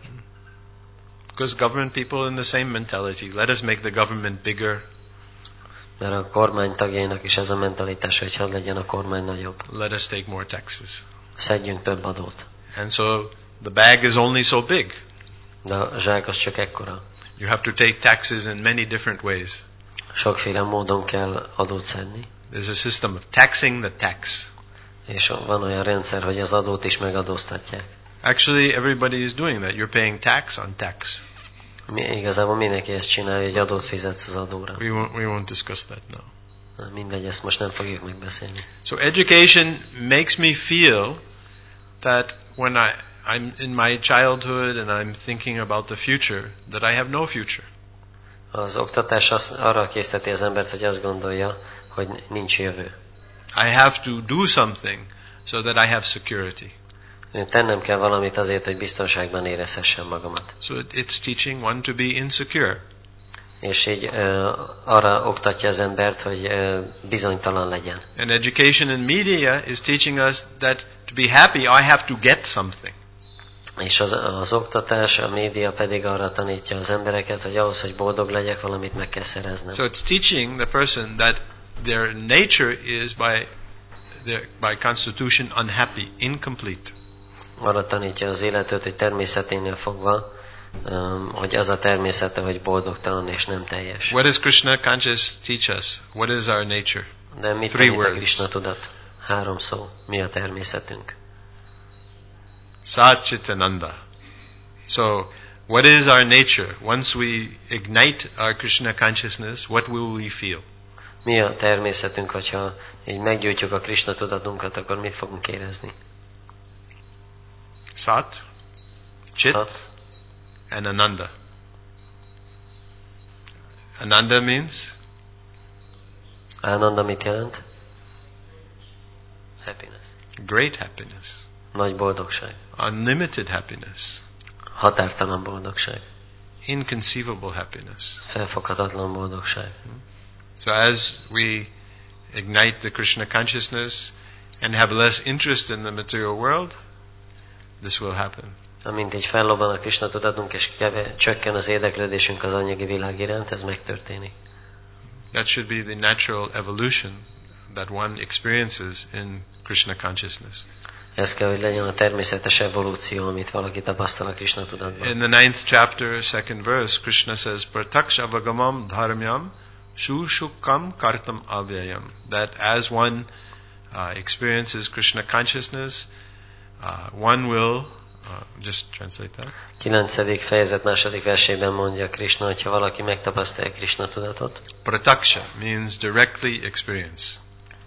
Because government people in the same mentality. Let us make the government bigger. Mert a kormány tagjainak is ez a mentalitás, hogy hadd legyen a kormány nagyobb. Let us take more taxes. Szedjünk több adót. And so the bag is only so big. De a zsák az csak ekkora. You have to take taxes in many different ways. Sokféle módon kell adót szedni. There's a system of taxing the tax. És van olyan rendszer, hogy az adót is megadóztatják. Actually, everybody is doing that. You're paying tax on tax. Igazából mindenki ezt csinálja, hogy adót fizetsz az adóra. We won't discuss that now. Mindegy, ezt most nem fogjuk megbeszélni. So education makes me feel that when I'm in my childhood and I'm thinking about the future, that I have no future. Az oktatás arra készteti az embert, hogy azt gondolja, hogy nincs jövő. I have to do something so that I have security. Tennem kell valamit azért, hogy biztonságban érezhessem magamat. So it's teaching one to be insecure. És így arra oktatja az embert, hogy bizonytalan legyen. And education in media is teaching us that to be happy, I have to get something. És az oktatás, a média pedig arra tanítja az embereket, hogy ahhoz, hogy boldog legyek, valamit meg kell szereznem. So it's teaching the person that their nature is by constitution unhappy, incomplete. Arra tanítja az életet, hogy természeténél fogva, hogy az a természete, hogy boldogtalan és nem teljes. What does Krishna conscious teach us? What is our nature? De mit tanít a Krishna tudat? 3 szó. Mi a természetünk? Satchitananda. So, what is our nature? Once we ignite our Krishna consciousness, what will we feel? Mi a természetünk, hogyha így meggyújtjuk a Krishna tudatunkat, akkor mit fogunk érezni? Sat, Chit, Sat and Ananda. Ananda means? Ananda mit jelent? Happiness. Great happiness. Nagy boldogság. Unlimited happiness. Határtalan boldogság. Inconceivable happiness. Felfoghatatlan boldogság. So as we ignite the Krishna consciousness and have less interest in the material world, this will happen. Amint így fellobban a Krishna tudatunk, és csökken az érdeklődésünk az anyagi világ iránt, ez megtörténik. That should be the natural evolution that one experiences in Krishna consciousness. Ez kell, hogy legyen a természetes evolúció, amit valaki tapasztal a Krishna tudatban. In the 9th chapter, 2nd verse, Krishna says, Prataksh avagamam dharmyam shushukam kartam avyayam. That as one experiences Krishna consciousness, one will, just translate that. 9. fejezet 2. versében mondja Krishna, hogyha valaki megtapasztalja Krishna tudatot. Prataksha means directly experience.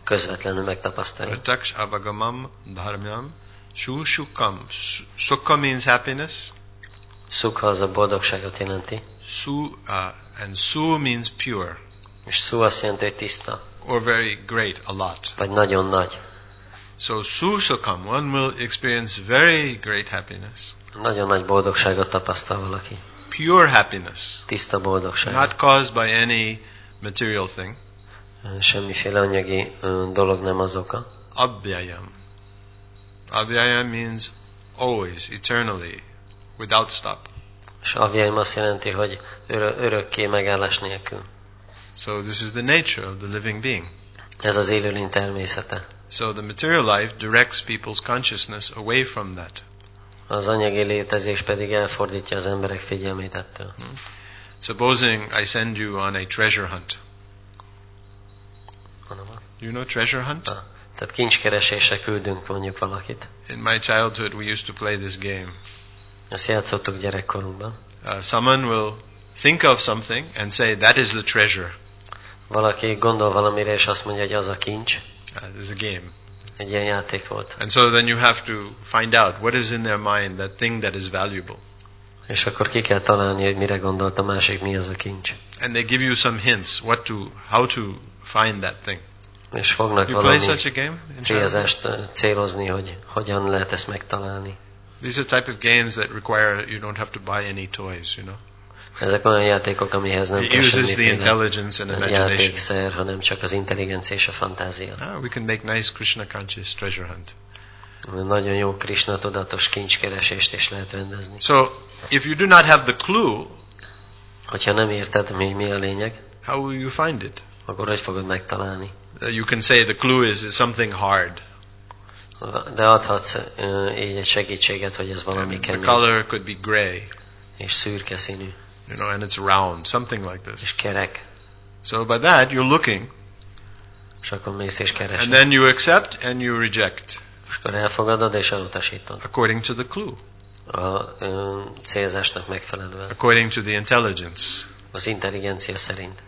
közvetlenül megtapasztalja. Pratyaksh avagamam dharmyam sushukam. Sukha means happiness. Sukha az a boldogságot jelenti. And su means pure. És su azt jelenti, hogy tiszta. Or very great, a lot. Vagy nagyon nagy. So sushukam, one will experience very great happiness. Nagyon nagy boldogságot tapasztal valaki. Pure happiness. Tiszta boldogság. Not caused by any material thing. Semmiféle anyagi dolog nem az oka. Abhyayam. Abhyayam means always, eternally, without stop. És avyaim azt jelenti, hogy örökké megállás nélkül. So this is the nature of the living being. Ez az élőlény természete. So the material life directs people's consciousness away from that. Az anyagi létezés pedig elfordítja az emberek figyelmét ettől. Supposing I send you on a treasure hunt. You know treasure hunt? Tehát kincskeresésre küldünk mondjuk valakit. In my childhood we used to play this game. Ezt játszottuk gyerekkorunkban. Someone will think of something and say that is the treasure. Valaki gondol valamire és azt mondja, hogy az a kincs. This is a game. Egy ilyen játék volt. And so then you have to find out what is in their mind, that thing that is valuable. És akkor ki kell találni, hogy mire gondolt a másik, mi az a kincs. And they give you some hints how to find that thing. És fognak you valami play such a game célzást célozni, hogy hogyan lehet ezt megtalálni. These are type of games that require you don't have to buy any toys, you know. Ezek olyan játékok, amihez nem kell semmiféle játékszer, hanem csak az intelligencia és a fantázia. We can make nice Krishna conscious treasure hunt. Nagyon jó Krishna tudatos kincskeresést is lehet rendezni. So, if you do not have the clue, hogyha nem érted, mi a lényeg, how will you find it? Akkor hogy fogod megtalálni? You can say the clue is something hard. De adhatsz így egy segítséget, hogy ez valami kemény. The color could be gray. És szürke színű. You know, and it's round, something like this. És kerek. So by that you're looking. És akkor mész és keresed. And then you accept and you reject. És akkor elfogadod és elutasítod. According to the clue. A célzásnak megfelelően. According to the intelligence. Az intelligencia szerint.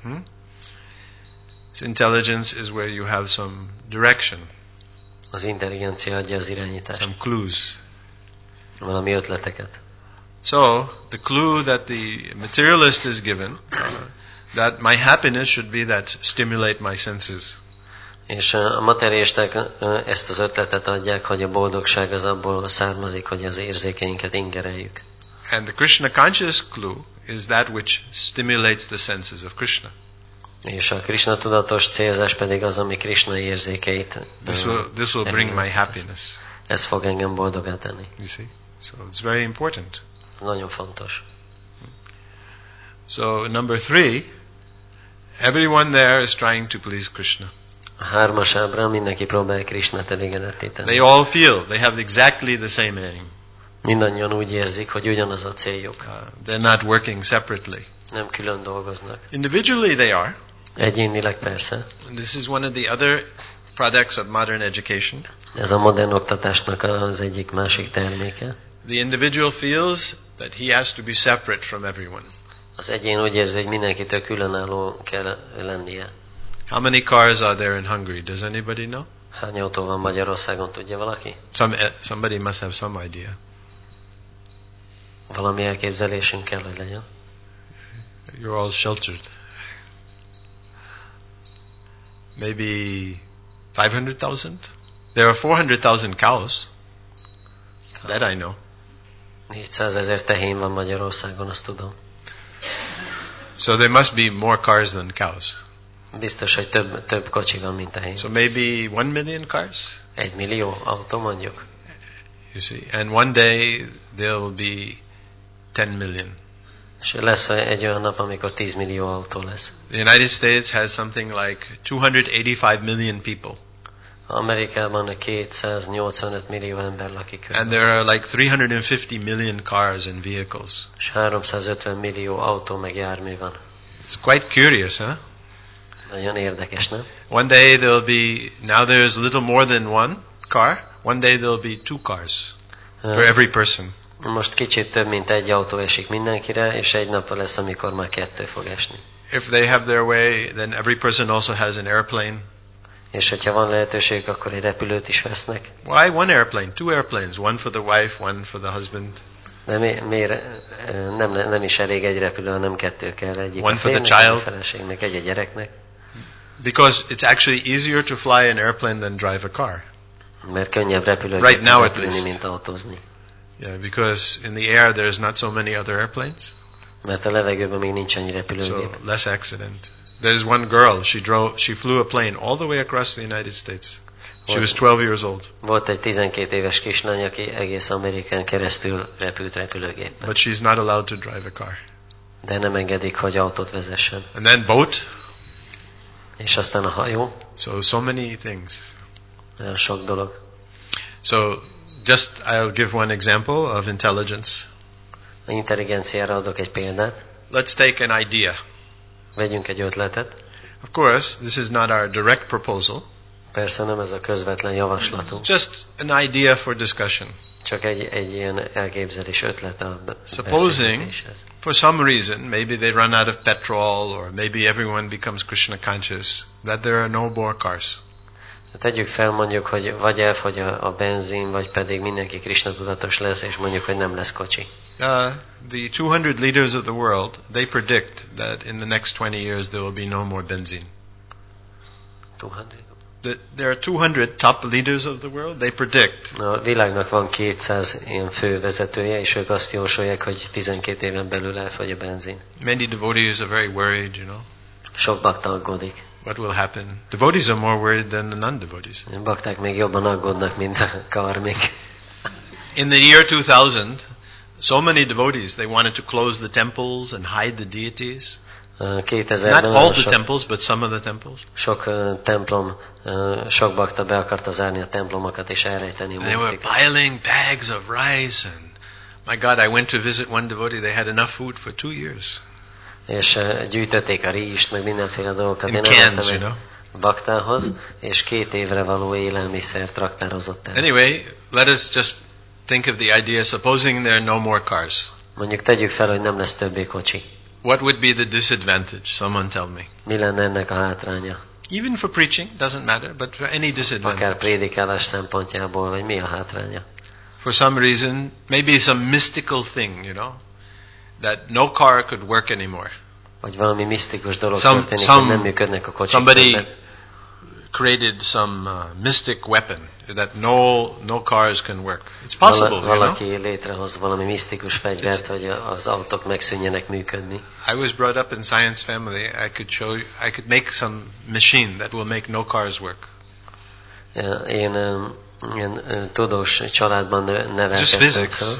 So intelligence is where you have some direction. Az intelligencia adja az irányítást. Some clues. Valami ötleteket. So, the clue that the materialist is given, that my happiness should be that stimulate my senses. És a materialisták ezt az ötletet adják, hogy a boldogság az abból származik, hogy az érzékeinket ingereljük. And the Krishna conscious clue is that which stimulates the senses of Krishna. És a Krishna tudatos célzás pedig az, ami Krishna érzékeit. This will bring my happiness. Ez fog engem boldogá tenni. You see? So it's very important. Nagyon fontos. So number 3, everyone there is trying to please Krishna. A 3-as ábrán mindenki próbálja Krishnát elégedetté tenni. They all feel they have exactly the same aim. Mindannyian úgy érzik, hogy ugyanaz a céljuk. They're not working separately. Nem külön dolgoznak. Individually they are. Egyénileg persze. This is one of the other products of modern education. Ez a modern oktatásnak az egyik másik terméke. The individual feels that he has to be separate from everyone. Az egyén úgy érzi, hogy mindenkitől különálló kell lennie. How many cars are there in Hungary? Does anybody know? Hány autó van Magyarországon, tudja valaki? Somebody must have some idea. Valami elképzelésünk kell, hogy legyen. You're all sheltered. Maybe 500,000? There are 400,000 cows. That I know. 400 000 tehén van Magyarországon, azt tudom. So there must be more cars than cows. Biztos, hogy több kocsi van, mint tehén. So maybe 1 million cars? 1 millió autó mondjuk. You see, and one day there will be 10 million. És lesz egy olyan nap, amikor 10 millió autó lesz. The United States has something like 285 million people. Amerikában 285 millió ember lakik. And there are like 350 million cars and vehicles. És 350 millió autó meg jármű van. It's quite curious, huh? Nagyon érdekes, nem? One day there'll be, now there's a little more than one car. One day there'll be 2 cars for every person. Most kicsit több, mint egy autó esik mindenkire, és egy nap lesz, amikor már 2 fog esni. If they have their way, then every person also has an airplane. És hogyha van lehetőség, akkor egy repülőt is vesznek. Why one airplane? 2 airplanes. One for the wife, one for the husband. De miért nem is elég egy repülő, hanem 2 kell. Egyik One a for the férnek, child. egy a feleségnek, egy a gyereknek. Because it's actually easier to fly an airplane than drive a car. Mert könnyebb Right now, at repülni, least. mint autózni. Yeah, because in the air there's not so many other airplanes. Mert a levegőben még nincs annyi So repülőgép. less accident. There's one girl, she flew a plane all the way across the United States. She was 12 years old. Volt egy 12 éves kislány, aki egész Amerikán keresztül repült repülőgéppel. But she's not allowed to drive a car. De nem engedik, hogy autót vezessen. And then boat. És aztán a hajó. So many things. Olyan sok dolog. So just I'll give one example of intelligence. A intelligenciára adok egy példát. Let's take an idea. Vegyünk egy ötletet. Of course, this is not our direct proposal. Persze nem ez a közvetlen javaslatunk. Just an idea for discussion. Csak egy ilyen elképzelés, ötlet a Supposing, beszélgetéshez. for some reason, maybe they run out of petrol, or maybe everyone becomes Krishna conscious, that there are no more cars. Tegyük fel mondjuk, hogy vagy elfogy a benzin, vagy pedig mindenki Krishna tudatos lesz, és mondjuk, hogy nem lesz kocsi. The 200 leaders of the world, they predict that in the next 20 years there will be no more benzene. 200? There are 200 top leaders of the world, they predict. A világnak van 200 ilyen fő vezetője, és ők azt jósolják, hogy 12 éven belül elfogy a benzin. Many devotees are very worried, Sok bakta aggódik. What will happen? Devotees are more worried than the non-devotees. Bakták még jobban aggódnak, mint a karmik. In the year 2000, so many devotees, they wanted to close the temples and hide the deities. 2000-ben Not all the temples, but some of the temples. Sok templom, sok bakta be akarta zárni a templomokat és elrejteni a They were múltikat. piling bags of rice, and my God, I went to visit one devotee. They had enough food for 2 years. És gyűjtötték a rizst, meg mindenféle dolgokat. In Én cans, elmentem you know. egy baktához, és 2 évre való élelmiszert raktározott el. Anyway, let us just think of the idea, supposing there are no more cars. Mondjuk tegyük fel, hogy nem lesz többé kocsi. What would be the disadvantage? Someone tell me. Mi lenne ennek a hátránya? Even for preaching, doesn't matter, but for any Akár disadvantage. prédikálás szempontjából, vagy mi a hátránya? For some reason, maybe some mystical thing, that no car could work anymore. Vagy valami misztikus dolog Some- történik, some- hogy nem működnek a kocsik. somebody- többet. Created some mystic weapon that no cars can work. It's possible, Valaki létrehoz valami misztikus fegyvert, hogy az autók megszűnjenek működni. I was brought up in science family. I could make some machine that will make no cars work. Én ilyen tudós családban Just nevelkedtem physics. fel,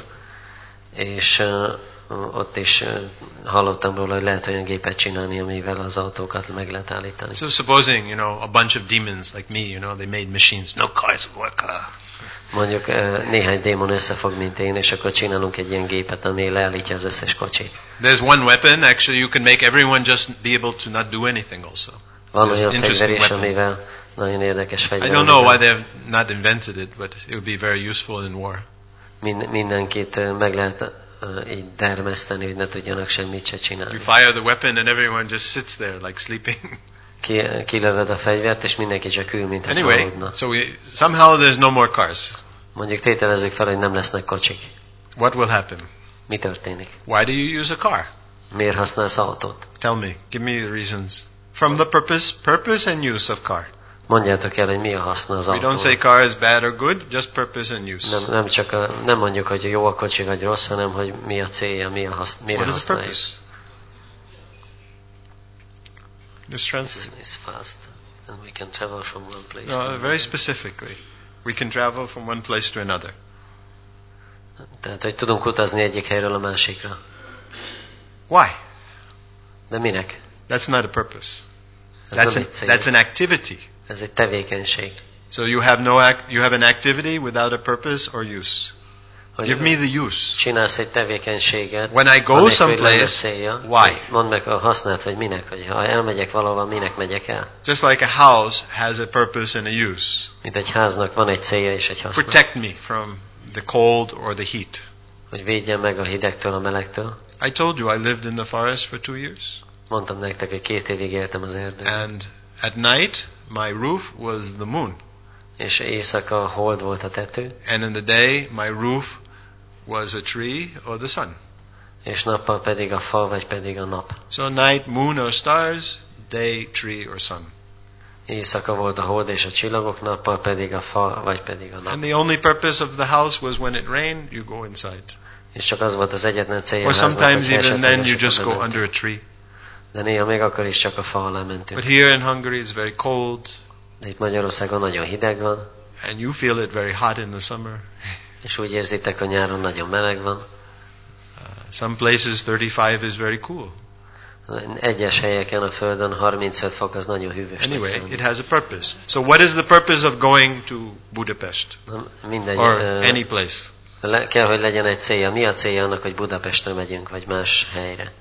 és ott is hallottam róla, hogy lehet olyan gépet csinálni, amivel az autókat meg lehet állítani. So supposing, a bunch of demons like me, they made machines. No cars work. Mondjuk néhány démon összefog, mint én, és akkor csinálunk egy ilyen gépet, ami leállítja az összes kocsit. There's one weapon. Actually, you can make everyone just be able to not do anything also. Van There's olyan an interesting fegyver is, weapon. amivel nagyon érdekes fegyver. I don't know why amivel they have not invented it, but it would be very useful in war. mindenkit meg lehet így dermeszteni, hogy ne tudjanak semmit se csinálni. You fire the weapon and everyone just sits there like sleeping. Kilöved a fegyvert, és mindenki csak ül, mint hogy Anyway, aludna. so somehow there's no more cars. Mondjuk tételezzük fel, hogy nem lesznek kocsik. What will happen? Mi történik? Why do you use a car? Miért használsz autót? Tell me. Give me the reasons. From the purpose and use of car. Mondjátok el, hogy mi a haszna az We don't say autónak. car is bad or good, just purpose and use. Nem mondjuk, hogy jó a kocsi vagy rossz, hanem hogy mi a célja, mire What is the használjuk. purpose? Just translate. It's fast, and we can travel from one place to No, another. very specifically. We can travel from one place to another. Tehát, hogy tudunk utazni egyik helyről a másikra. Why? De minek? That's not a purpose. Ez nem egy cél. That's an activity. Ez egy tevékenység. So you have an activity without a purpose or use. Hogy Give me the use. csinálsz egy tevékenységet, When I go anélkül, hogy someplace, lenne célja. why? Mondd meg a hasznát, hogy minek, hogy ha elmegyek valahova, minek megyek el. Just like a house has a purpose and a use. Mint egy háznak van egy célja és egy haszna. Protect me from the cold or the heat. Hogy védjen meg a hidegtől, a melegtől. I told you I lived in the forest for 2 years. Mondtam nektek, hogy 2 évig éltem az erdőben. And at night, my roof was the moon. És éjszaka a hold volt a tető, And in the day, my roof was a tree or the sun. és nappal pedig a fa, vagy pedig a nap. So night, moon or stars, day, tree or sun. Éjszaka volt a hold és a csillagok, nappal pedig a fa, vagy pedig a nap. And the only purpose of the house was when it rained, you go inside. És csak az volt az egyetlen célja Or a háznak, sometimes hogy even then you esett, just go akkor under a bementünk. tree. De néha még akkor is csak a fa alá mentünk. But here in Hungary it's very cold, De itt Magyarországon nagyon hideg van, and you feel it very hot in the summer. és úgy érzitek, hogy nyáron nagyon meleg van. Some places 35 is very cool. Egyes helyeken a Földön 35 fok az nagyon hűvösnek Anyway, számít. it has a purpose. So what is the purpose of going to Budapest Mindegy, or any place? kell, hogy legyen egy célja. Mi a célja annak, hogy Budapestre megyünk, vagy más helyre?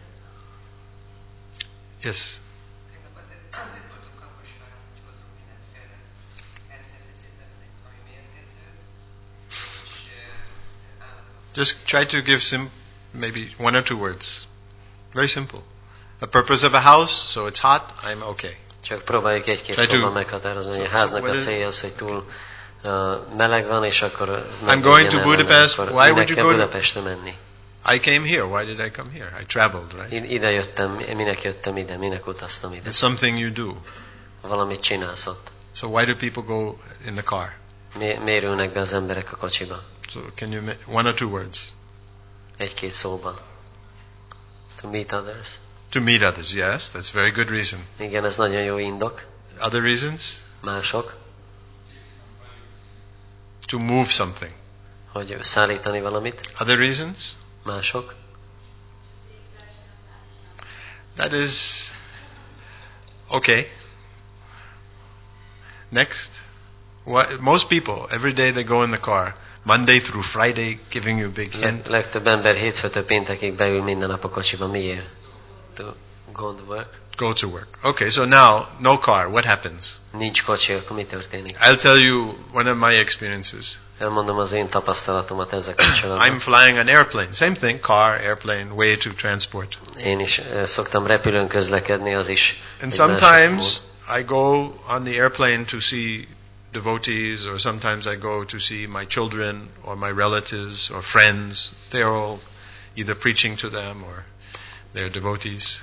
Yes. Tegnap azért voltunk Kaposváron, hogy hozunk mindenféle rendszervezetet, ami mérgező, és állatok. Just try to give maybe one or two words. Very simple. The purpose of a house, so it's hot, I'm okay. Csak próbáljuk egy-két Try to- szóban meghatározni, hogy a háznak what a is- célja az, hogy túl meleg van, és akkor I'm going to Budapest. akkor Why would minek you kell go to- Budapestre menni? I came here. Why did I come here? I traveled, right? Ide jöttem, minek jöttem ide, minek utaztam ide? It's something you do. Valamit csinálsz ott. So why do people go in the car? Miért ülnek be az emberek a kocsiba? So can you one or two words? Egy-két szóban. To meet others. To meet others. Yes, that's a very good reason. Igen, ez nagyon jó indok. Other reasons? Mások, To move something. hogy szállítani valamit. Other reasons? Mások, That is okay. Next. Most people, every day they go in the car, Monday through Friday, giving you a big hint. legtöbb ember hétfőtől péntekig beül minden nap a kocsiba. Miért? To go to work. Go to work. Okay, so now, no car. What happens? Nincs kocsi, akkor mi történik? I'll tell you one of my experiences. Elmondom az én tapasztalatomat ezzel I'm kapcsolatban. flying an airplane. Same thing, car, airplane, way to transport. Én is szoktam repülőn közlekedni, az is And egy másik sometimes mód. I go on the airplane to see devotees, or sometimes I go to see my children or my relatives or friends. They're all either preaching to them or they're devotees.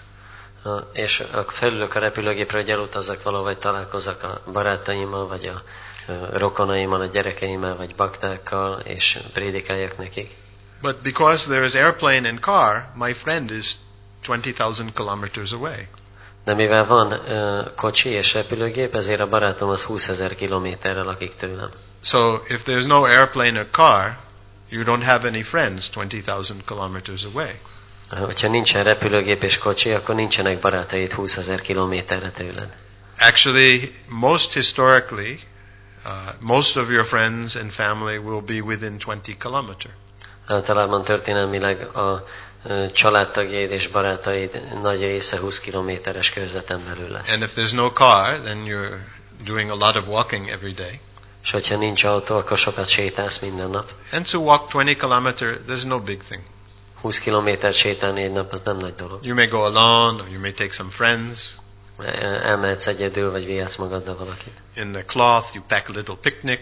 És felülök a repülőgépre, hogy elutazzak valahol, vagy találkozzak a barátaimmal, vagy a rokonaimmal, a gyerekeimmel, vagy baktákkal, és prédikáljak nekik. But because there is airplane and car, my friend is 20,000 kilometers away. De mivel van kocsi és repülőgép, ezért a barátom az 20 000 kilométerre lakik tőlem. So if there's no airplane or car, you don't have any friends 20,000 kilometers away. Hogyha nincsen repülőgép és kocsi, akkor nincsenek barátaid 20 000 kilométerre tőled. Actually, most historically, most of your friends and family will be within 20 kilometers. Általában történelmileg a családtagjaid és barátaid nagy része 20 kilométeres körzeten belül lesz. And if there's no car, then you're doing a lot of walking every day. És hogyha nincs autó, akkor sokat sétálsz minden nap. And to walk 20 kilometers, there's no big thing. 20 kilométert sétálni egy nap, az nem nagy dolog. You may go alone, or you may take some friends. Elmehetsz egyedül, vagy vihetsz magaddal valakit. In the cloth, you pack a little picnic.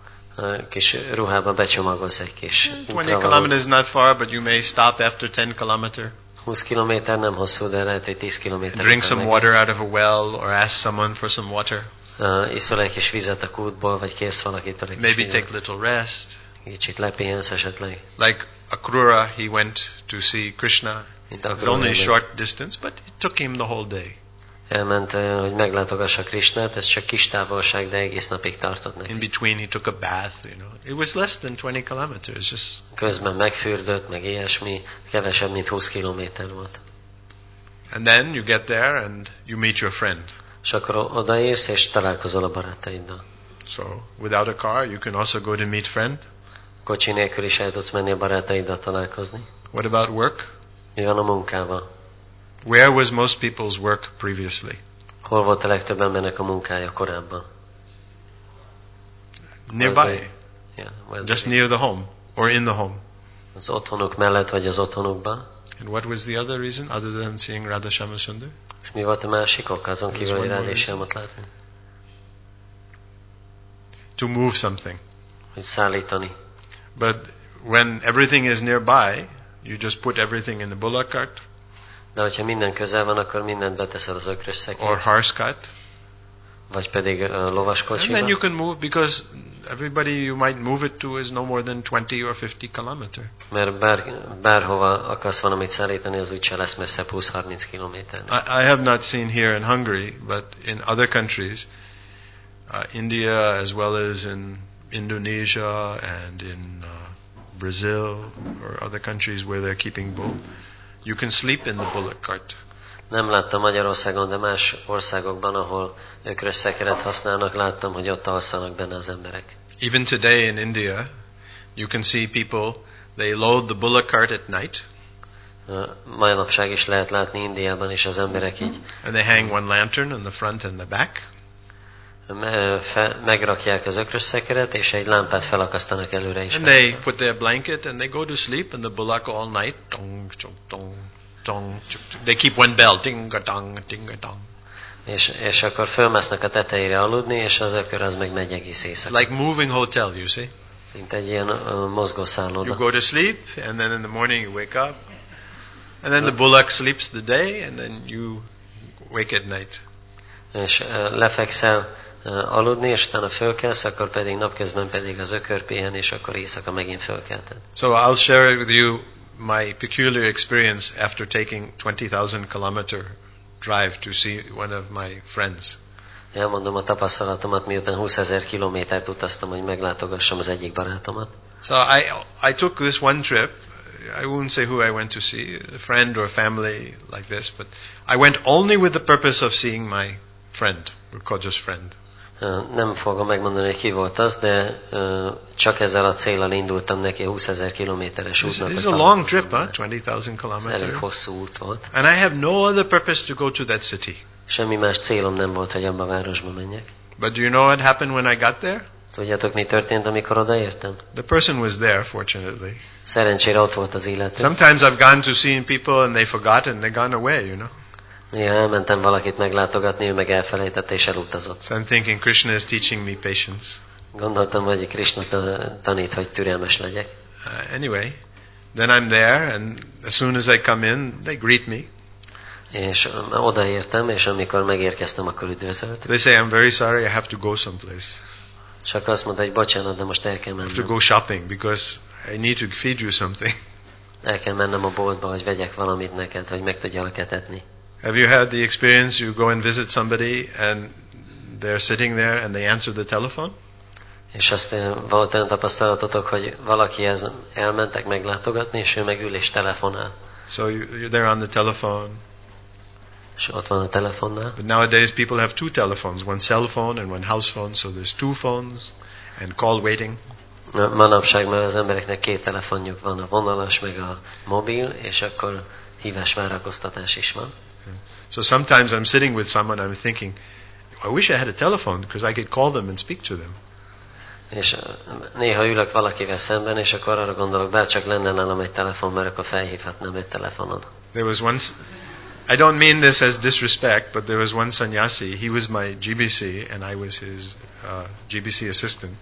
Kis ruhába becsomagolsz egy kis 20 útravalót. kilometers is not far, but you may stop after 10 kilometers. 20 kilométer nem hosszú, de lehet, hogy 10 kilométer. Drink some water out of a well, or ask someone for some water. Iszol egy kis vizet a kútból, vagy kérsz valakitől egy kis Maybe vizet. take little rest. Kicsit lepihensz esetleg. Like Akrura, he went to see Krishna. Mint It's Akrura only a megy. short distance, but it took him the whole day. Elment, hogy meglátogassa Krishnát, ez csak kis távolság, de egész napig tartott In neki. between, he took a bath, you know. It was less than 20 kilometers, just... Közben megfürdött, meg ilyesmi, kevesebb, mint 20 kilométer volt. And then you get there and you meet your friend. És akkor odaérsz, és találkozol a barátaiddal. So, without a car, you can also go to meet friend. Kocsi nélkül is el tudsz menni a barátaiddal találkozni. What about work? Mi van a munkával? Where was most people's work previously? Hol volt a legtöbb embernek a munkája korábban? Nearby, Yeah, just near the home, or in the home. az otthonuk mellett, vagy az otthonukban. And what was the other reason, other than seeing Radha Shama Sundar? És mi volt a másik ok, azon kívül, hogy one more Rádésjámot látni? to move something. hogy szállítani. But when everything is nearby, you just put everything in the bullock cart De hogyha minden közel van, akkor mindent beteszel az ökrös or szekrénybe, horse cart. vagy pedig And then you lovaskocsiba. can move because everybody you might move it to is no more than 20 or 50 kilometer. Mert bárhova akarsz valamit szállítani, az úgyse lesz messzebb 20-30 kilométernek. I have not seen here in Hungary, but in other countries, India as well as in Indonesia and in Brazil or other countries where they're keeping bull, you can sleep in the bullock cart. Nem láttam Magyarországon, de más országokban, ahol ökrös szekeret használnak, láttam, hogy ott alszanak benne az emberek. Even today in India, you can see people, they load the bullock cart at night Manapság is lehet látni Indiában is az emberek így and they hang one lantern on the front and the back. Megrakják az ökrös szekeret, és egy lámpát felakasztanak előre is. And they put their blanket and they go to sleep and the bullock all night. Dong, chong, dong, dong, chong. They keep one bell. Ding-a-dong, ding-a-dong. És akkor fölmásznak a tetejére aludni, és az ökör az meg megy egész It's éjszaka. like moving hotel, you see. Mint egy ilyen mozgó You szálloda. go to sleep and then in the morning you wake up. And then the bullock sleeps the day and then you wake at night. És lefekszel aludni, és utána fölkelsz, akkor pedig napközben pedig az ökör pihen, és akkor éjszaka megint fölkelted. So I'll share with you my peculiar experience after taking 20,000 kilometer drive to see one of my friends. Elmondom a tapasztalatomat, miután 20 000 kilométert utaztam, hogy meglátogassam az egyik barátomat. So I took this one trip. I won't say who I went to see, a friend or family like this, but I went only with the purpose of seeing my friend. We'll call just friend. Nem fogom megmondani, hogy ki volt az, de csak ezzel a céllal indultam neki, 20 000 kilométeres útnak. This is a long trip, 20,000 Ez elég kilometers. hosszú út volt. And I have no other purpose to go to that city. Semmi más célom nem volt, hogy abba a városba menjek. But do you know what happened when I got there? Tudjátok, mi történt, amikor odaértem? The person was there, fortunately. Szerencsére ott volt az illető. Sometimes I've gone to see people and they forgot and they're gone away, you know. Néha elmentem valakit meglátogatni, ő meg elfelejtette és elutazott. So I'm thinking Krishna is teaching me patience. Gondoltam, hogy Krishna tanít, hogy türelmes legyek. Anyway, then I'm there and as soon as I come in, they greet me. És odaértem, és amikor megérkeztem, akkor üdvözölt. They say, I'm very sorry, I have to go someplace. Csak azt mondta, hogy bocsánat, de most el kell I have to mennem. go shopping because I need to feed you something. El kell mennem a boltba, hogy vegyek valamit neked, hogy meg tudjalak etetni. Have you had the experience you go and visit somebody and they're sitting there and they answer the telephone? És azt volt olyan tapasztalatotok, hogy valakihez elmentek meglátogatni, és ő meg ül és telefonál. So you're there on the telephone. És ott van a telefonnál. But nowadays people have two telephones, one cell phone and one house phone, so there's two phones and call waiting. Manapság már az embereknek két telefonjuk van, a vonalas meg a mobil, és akkor hívás várakoztatás is van. So sometimes I'm sitting with someone, I'm thinking, I wish I had a telephone because I could call them and speak to them. És néha ülök valakivel szemben, és akkor arra gondolok, bárcsak lenne nálam egy telefon, mert akkor felhívhatnám őt telefonon. There was once, I don't mean this as disrespect, but there was one sannyasi, he was my GBC and I was his GBC assistant.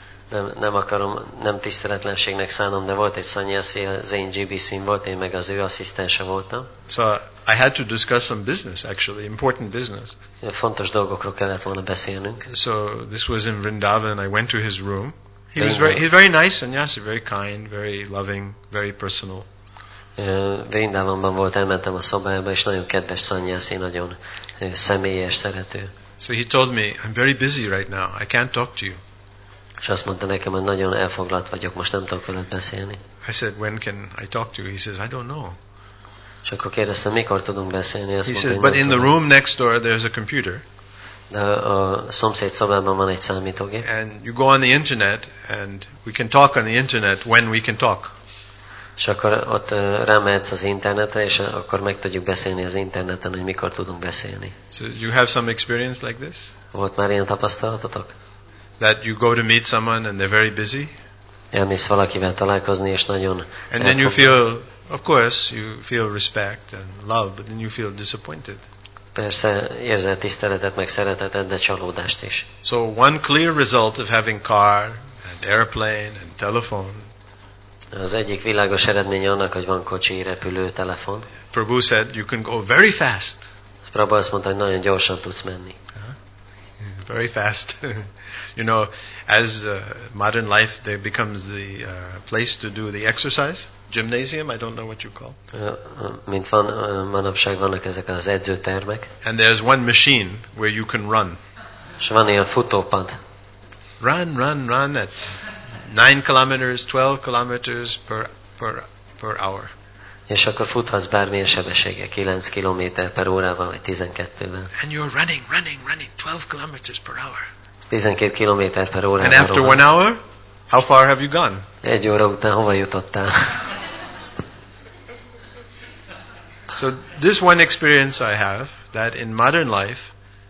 Nem tiszteletlenségnek szánom, de volt egy szanyászi, az én GBC-n volt, én meg az ő asszisztense voltam. So I had to discuss some business, actually, important business. Fontos dolgokról kellett volna beszélnünk. So this was in Vrindavan. I went to his room. He's very nice sannyasi, very kind, very loving, very personal. Vrindavanban volt, elmentem a szobájába, és nagyon kedves szanyászi, nagyon személyes, szerető. So he told me, I'm very busy right now. I can't talk to you. És azt mondta nekem, hogy nagyon elfoglalt vagyok, most nem tudok veled beszélni. I said, when can I talk to you? He says, I don't know. És akkor kérdeztem, mikor tudunk beszélni? Azt He mondta, says, hogy but in the room next door there's a computer. De a szomszéd szobában van egy számítógép. And you go on the internet and we can talk on the internet when we can talk. És akkor ott rámehetsz az internetre, és akkor meg tudjuk beszélni az interneten, hogy mikor tudunk beszélni. So you have some experience like this? Volt már ilyen tapasztalatotok? That you go to meet someone and they're very busy? Elmész valakivel találkozni, és nagyon And then you feel, of course, you feel respect and love, but then you feel disappointed. Persze érzel tiszteletet, meg szeretetet, de csalódást is. So one clear result of having car and airplane and telephone, Az egyik világos eredménye annak, hogy van kocsi, repülő, telefon. Prabhu said, you can go very fast. Prabhu azt mondta, hogy nagyon gyorsan tudsz menni. Very fast. You know, as modern life, there becomes the place to do the exercise. Gymnasium, I don't know what you call. Mint van, manapság vannak ezek az edzőtermek. And there's one machine where you can run. És van ilyen futópad. Run at 9 kilometers, 12 kilometers per hour. És akkor futhatsz bármilyen sebességgel, 9 km per órával, vagy 12-vel. And you're running, 12 kilometers per hour. 12 km per órával. And after 1 hour, how far have you gone? 1 óra után hova jutottál? So this one experience I have, that in modern life,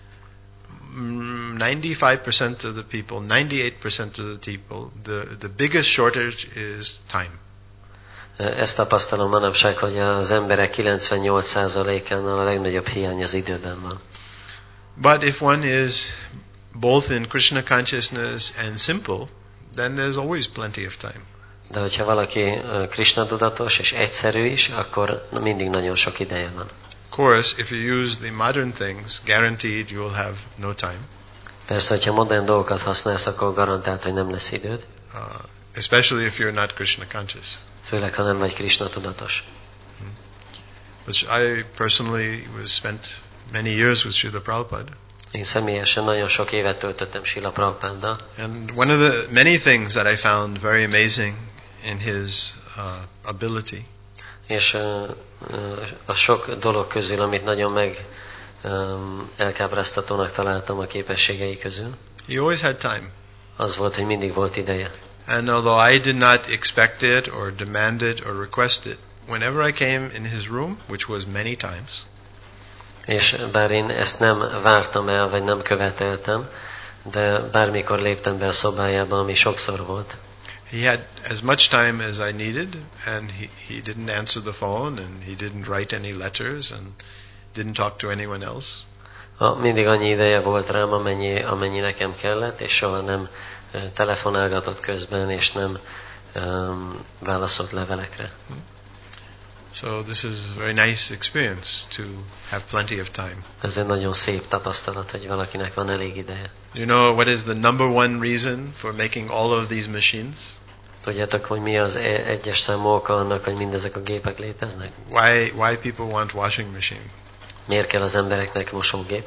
95% of the people, 98% of the people, the biggest shortage is time. Ezt tapasztalom manapság, hogy az emberek 98%-ánál a legnagyobb hiány az időben van. But if one is both in Krishna consciousness and simple, then there's always plenty of time. De hogyha valaki Krishna tudatos és egyszerű is, akkor mindig nagyon sok ideje van. Of course, if you use the modern things, guaranteed you will have no time. Persze, hogyha modern dolgokat használsz, akkor garantált, hogy nem lesz időd. Especially if you're not Krishna conscious. Főleg, ha nem vagy Krishna tudatos. But I personally spent many years with Srila Prabhupada. Én személyesen nagyon sok évet töltöttem Srila Prabhupáddal. And one of the many things that I found very amazing in his ability. És a sok dolog közül, amit nagyon elkápráztatónak találtam a képességei közül, He always had time. Az volt, hogy mindig volt ideje. And although I did not expect it or demand it or request it, whenever I came in his room, which was many times, és bár én ezt nem vártam el, vagy nem követeltem, de bármikor léptem be a szobájába, ami sokszor volt, he had as much time as I needed, and he didn't answer the phone, and he didn't write any letters, and didn't talk to anyone else. Mindig annyi ideje volt rám, amennyi nekem kellett, és soha nem telefonálgatott közben, és nem válaszolt levelekre. So this is a very nice experience to have plenty of time. Ez egy nagyon szép tapasztalat, hogy valakinek van elég ideje. You know what is the number one reason for making all of these machines? Tudjátok, hogy mi az egyes számú oka annak, hogy mindezek a gépek léteznek? Why people want washing machine? Miért kell az embereknek mosógép?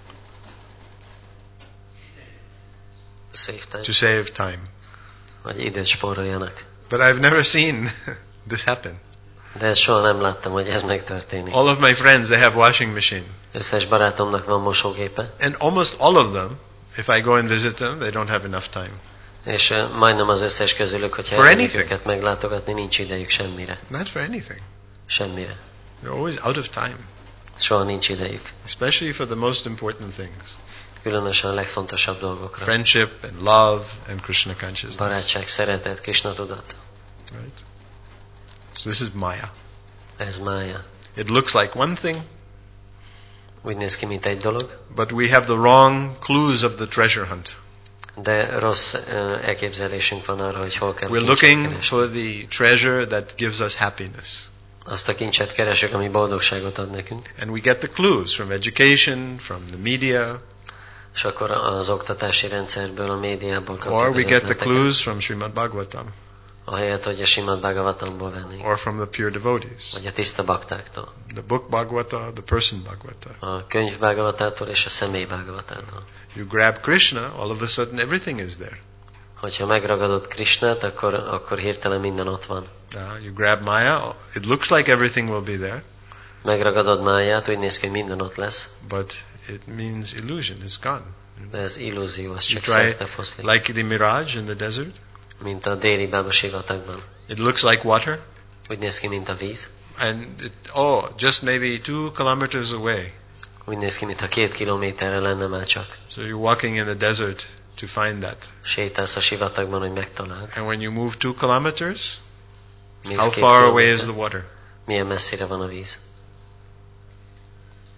To save time. Vagy időt spóroljanak. But I've never seen this happen. De soha nem láttam, hogy ez megtörténik. All of my friends, they have washing machine. Összes barátomnak van mosógépe. And almost all of them, if I go and visit them, they don't have enough time. És majdnem az összes közülük, hogyha elmegyek őket meglátogatni, nincs idejük semmire. Not for anything. Semmire. They're always out of time. Soha nincs idejük. Especially for the most important things. Különösen a legfontosabb dolgokra. Friendship and love and Krishna consciousness. Barátság, szeretet, Krishna tudat. Right? So this is Maya. Ez mája. It looks like one thing. Úgy néz ki, mint egy dolog. But we have the wrong clues of the treasure hunt. De rossz elképzelésünk van arra, hogy hol kell We're looking for the treasure that gives us happiness. Azt a kincset keresünk, ami boldogságot ad nekünk. And we get the clues from education, from the media. És akkor az oktatási rendszerből, a médiából kapjuk Or az we get the ötleteket. clues from Srimad Bhagavatam. Ahelyett, hogy a Srimad Bhagavatamból vennénk. Or from the pure devotees. Vagy a tiszta baktáktól. The book Bhagavata, the person Bhagavata. A könyv Bhagavatától és a személy Bhagavatától. You grab Krishna, all of a sudden everything is there. Hogyha megragadod Krishnát, akkor hirtelen minden ott van. You grab Maya, it looks like everything will be there. Megragadod Máját, úgy néz ki, hogy minden ott lesz. But it means illusion, it's gone. De ez illúzió, ez You csak try szerte foszlik. like the mirage in the desert. Mint a déli Bába sivatagban. It looks like water. Úgy néz ki, mint a víz. And just maybe 2 kilometers away. Úgy néz ki, mintha 2 kilométerre lenne már csak. So you're walking in the desert to find that. Sétálsz a sivatagban, hogy megtaláld. And when you move 2 kilometers, Mész how 2 far away kilométer, is the water? milyen messzire van a víz?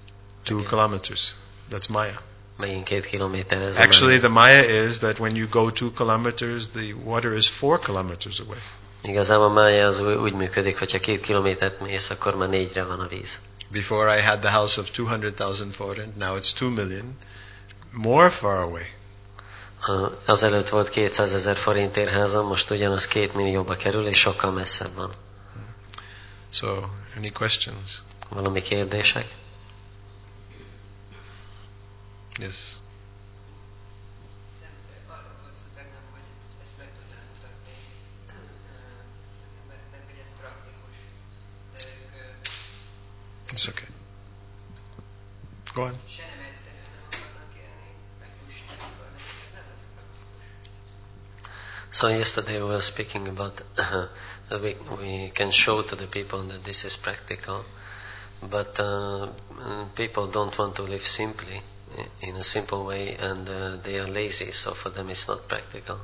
2 kilometers. That's Maya. Megint 2 kilométer ez a Actually, Maya. the Maya is that when you go 2 kilometers, the water is 4 kilometers away. Igazából a Maya az úgy működik, hogyha 2 kilométert mész, akkor már 4-re van a víz. Before I had the house of 200,000 forint, now it's 2 million. More far away. Azelőtt volt 200 000 forintért házam, most ugyanaz 2 millióba kerül, és sokkal messzebb van. So, any questions? Valami kérdések? Yes. Arra volt szó tegnap, hogy ezt meg tudnám mutatni az embereknek, hogy ez praktikus. De ők It's okay. Go on. se nem egyszerűen nem akarnak élni, meg lusta, szóval nekik ez nem lesz praktikus. So yesterday we were speaking about that we can show to the people that this is practical, but people don't want to live simply, in a simple way, and they are lazy, so for them it's not practical.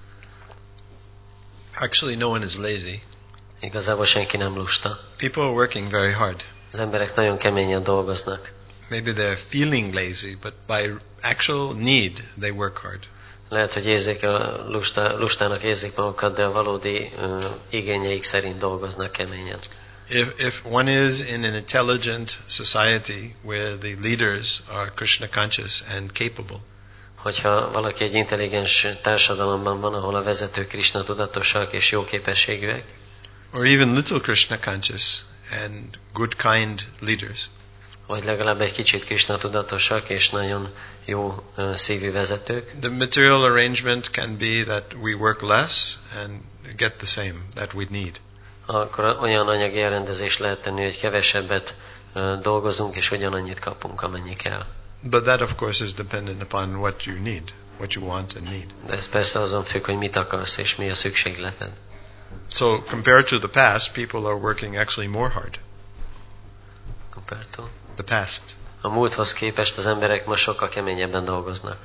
Actually, no one is lazy. Igazából senki nem lusta. People are working very hard. Az emberek nagyon keményen dolgoznak. Maybe they're feeling lazy, but by actual need, they work hard. Lehet, hogy lustának érzik magukat, de a valódi igényeik szerint dolgoznak keményen. If one is in an intelligent society where the leaders are Krishna conscious and capable, Hogyha valaki egy intelligens társadalomban van, ahol a vezetők Krishna tudatosak és jó képességűek, or even little Krishna conscious and good kind leaders, vagy legalább egy kicsit Krishna tudatosak és nagyon jó szívű vezetők, the material arrangement can be that we work less and get the same that we need. akkor olyan anyagi elrendezést lehet tenni, hogy kevesebbet dolgozunk, és ugyanannyit kapunk, amennyi kell. But that, of course, is dependent upon what you need, what you want and need. De ez persze azon függ, hogy mit akarsz, és mi a szükségleted. So, compared to the past, people are working actually more hard. Compared to? The past. A múlthoz képest az emberek ma sokkal keményebben dolgoznak.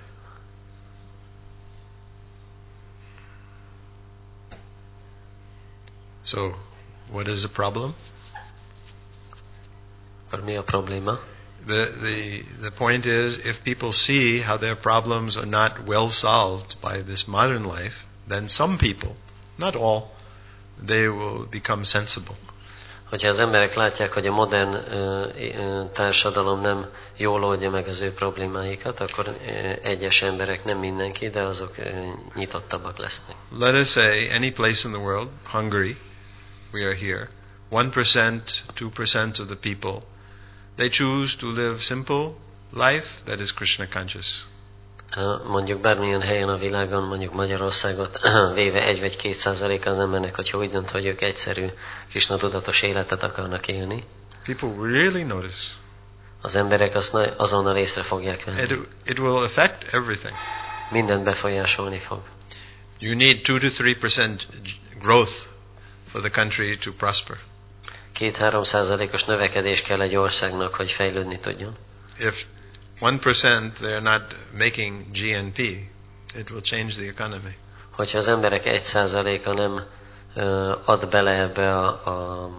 So, what is the problem? Akkor mi a probléma? The point is, if people see how their problems are not well solved by this modern life, then some people, not all, they will become sensible. Hogyha az emberek látják, hogy a modern társadalom nem jól oldja meg az ő problémáikat, akkor egyes emberek, nem mindenki, de azok nyitottabbak lesznek. Let us say any place in the world, Hungary, we are here, 1%, 2% of the people, they choose to live simple life that is Krishna conscious. Mondjuk bármilyen helyen a világon, mondjuk Magyarországot véve 1 vagy 2% az embernek, hogyha úgy dönt, hogy ők egyszerű, Krishna tudatos életet akarnak élni, People really notice. az emberek azt azonnal észre fogják venni. It will affect everything. Mindent befolyásolni fog. You need 2 to 3% growth for the country to prosper. 2-3%-os növekedés kell egy országnak, hogy fejlődni tudjon. If 1% they're not making GNP, it will change the economy. Hogyha az emberek 1%-a nem ad bele ebbe a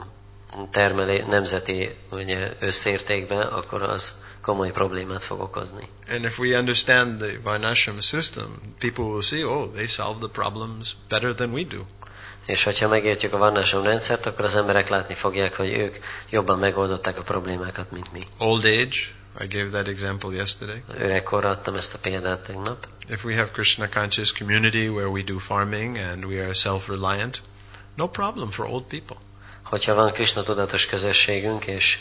nemzeti ugye, összértékbe, akkor az komoly problémát fog okozni. And if we understand the Varnashram system, people will see, oh, they solve the problems better than we do. És hogyha megértjük a Varnashram rendszert, akkor az emberek látni fogják, hogy ők jobban megoldották a problémákat, mint mi. Old age, I gave that example yesterday. Öregkorra adtam ezt a példát tegnap. If we have Krishna conscious community where we do farming and we are self-reliant, no problem for old people. Hogyha van Krishna tudatos közösségünk, és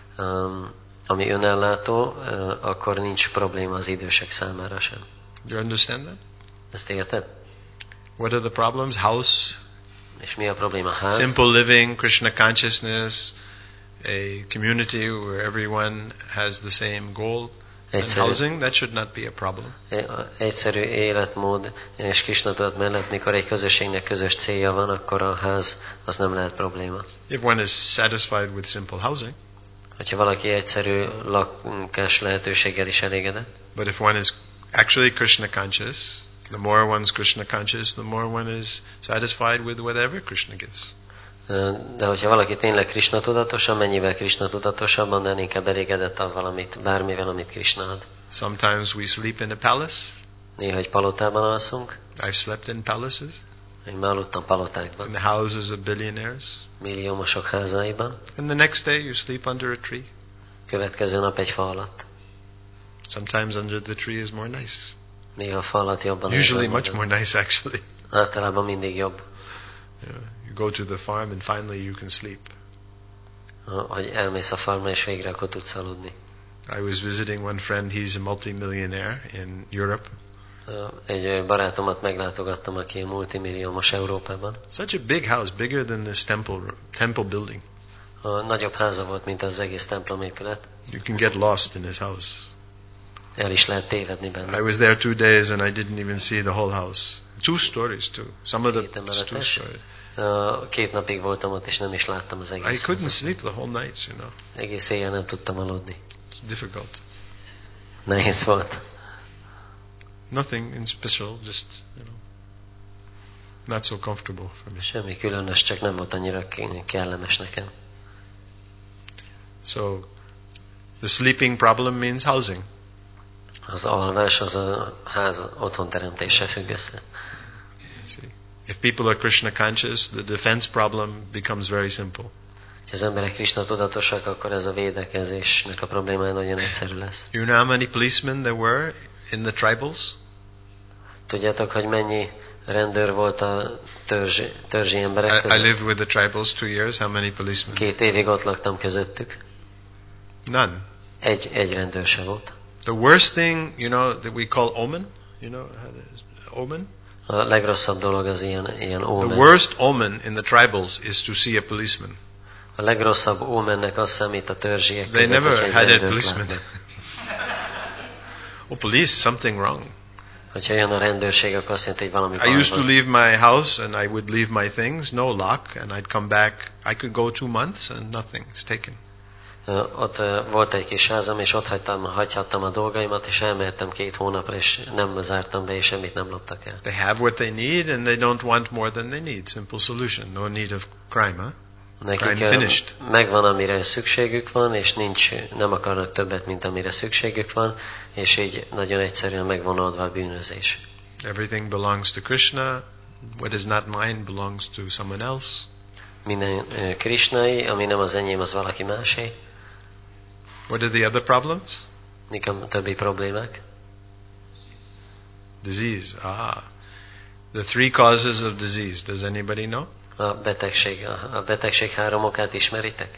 ami önellátó, akkor nincs probléma az idősek számára sem. Do you understand that? Ezt érted? What are the problems? House, És mi a probléma? Ház, simple living, Krishna consciousness, a community where everyone has the same goal, and housing, that should not be a problem. egyszerű életmód és Krishna tudat mellett, mikor egy közösségnek közös célja van, akkor a ház az nem lehet probléma. If one is satisfied with simple housing, Hogyha valaki egyszerű lakás lehetőséggel is elégedett, but if one is actually Krishna conscious, the more one's Krishna conscious, the more one is satisfied with whatever Krishna gives. De hogyha valaki tényleg Krishna tudatosan, mennyivel Krishna tudatosabban, de inkább elégedett avval, bármivel, amit Krishna ad. Sometimes we sleep in a palace. Néha egy palotában alszunk. I've slept in palaces. Én már aludtam palotákban. In the houses of billionaires. Milliómosok házáiban. And the next day you sleep under a tree. Következő nap egy fa alatt. Sometimes under the tree is more nice. Néha a fa alatt jobban. Usually much more nice actually. Általában mindig jobb. Yeah. You go to the farm and finally you can sleep. Hogy elmész a farmra és végre akkor tudsz aludni. I was visiting one friend, he's a multimillionaire in Europe. Egy barátomat meglátogattam, aki a multimilliómos Európában. Such a big house, bigger than this temple building. Nagyobb háza volt, mint az egész templomépület. You can get lost in his house. El is lehet tévedni benne. I was there 2 days and I didn't even see the whole house. 2 stories too. Some of the 2 stories. 2 napig voltam ott, és nem is láttam az egész. I couldn't sleep the whole night, you know. Egész éjjel nem tudtam aludni. It's difficult. Nehéz volt. Nothing in special, just, you know, not so comfortable for me. Semmi különös, csak nem volt annyira kellemes nekem. So, the sleeping problem means housing. Az alvás az a ház otthonteremtéssel függ össze. See, if people are Krishna conscious, the defense problem becomes very simple. Ha az emberek Krishna tudatosak, akkor ez a védekezésnek a problémája nagyon egyszerű lesz. You know how many policemen there were in the tribals? Tudjátok, hogy mennyi rendőr volt a törzsi emberek között? I lived with the tribals 2 years. How many policemen? 2 évig ott laktam közöttük. None. Egy rendőr se volt. The worst thing, you know, that we call omen. You know how it is? Omen? A legrosszabb dolog az ilyen omen. The worst omen in the tribals is to see a policeman. A legrosszabb omennek az számít a törzsiek They között, never hogyha had a egy rendőrt policeman. látnak. Oh, police, something wrong. Hogyha jön a rendőrség, akkor azt jelenti, hogy valami I baj used to van. leave my house and I would leave my things, no lock, and I'd come back. I could go 2 months and nothing is taken. Ott volt egy kis házam, és ott hagyhattam a dolgaimat, és elmehettem 2 hónapra, és nem zártam be, és semmit nem loptak el. They have what they need and they don't want more than they need. Simple solution. No need of crime, huh? Nekik megvan, amire szükségük van, és nem akarnak többet, mint amire szükségük van, és így nagyon egyszerűen megvan oldva a bűnözés. Everything belongs to Krishna. What is not mine belongs to someone else. Minden Krishnai, ami nem az enyém, az valaki másé. What are the other problems? Mik a többi problémák? Disease. The 3 causes of disease. Does anybody know? A betegség 3 okát ismeritek?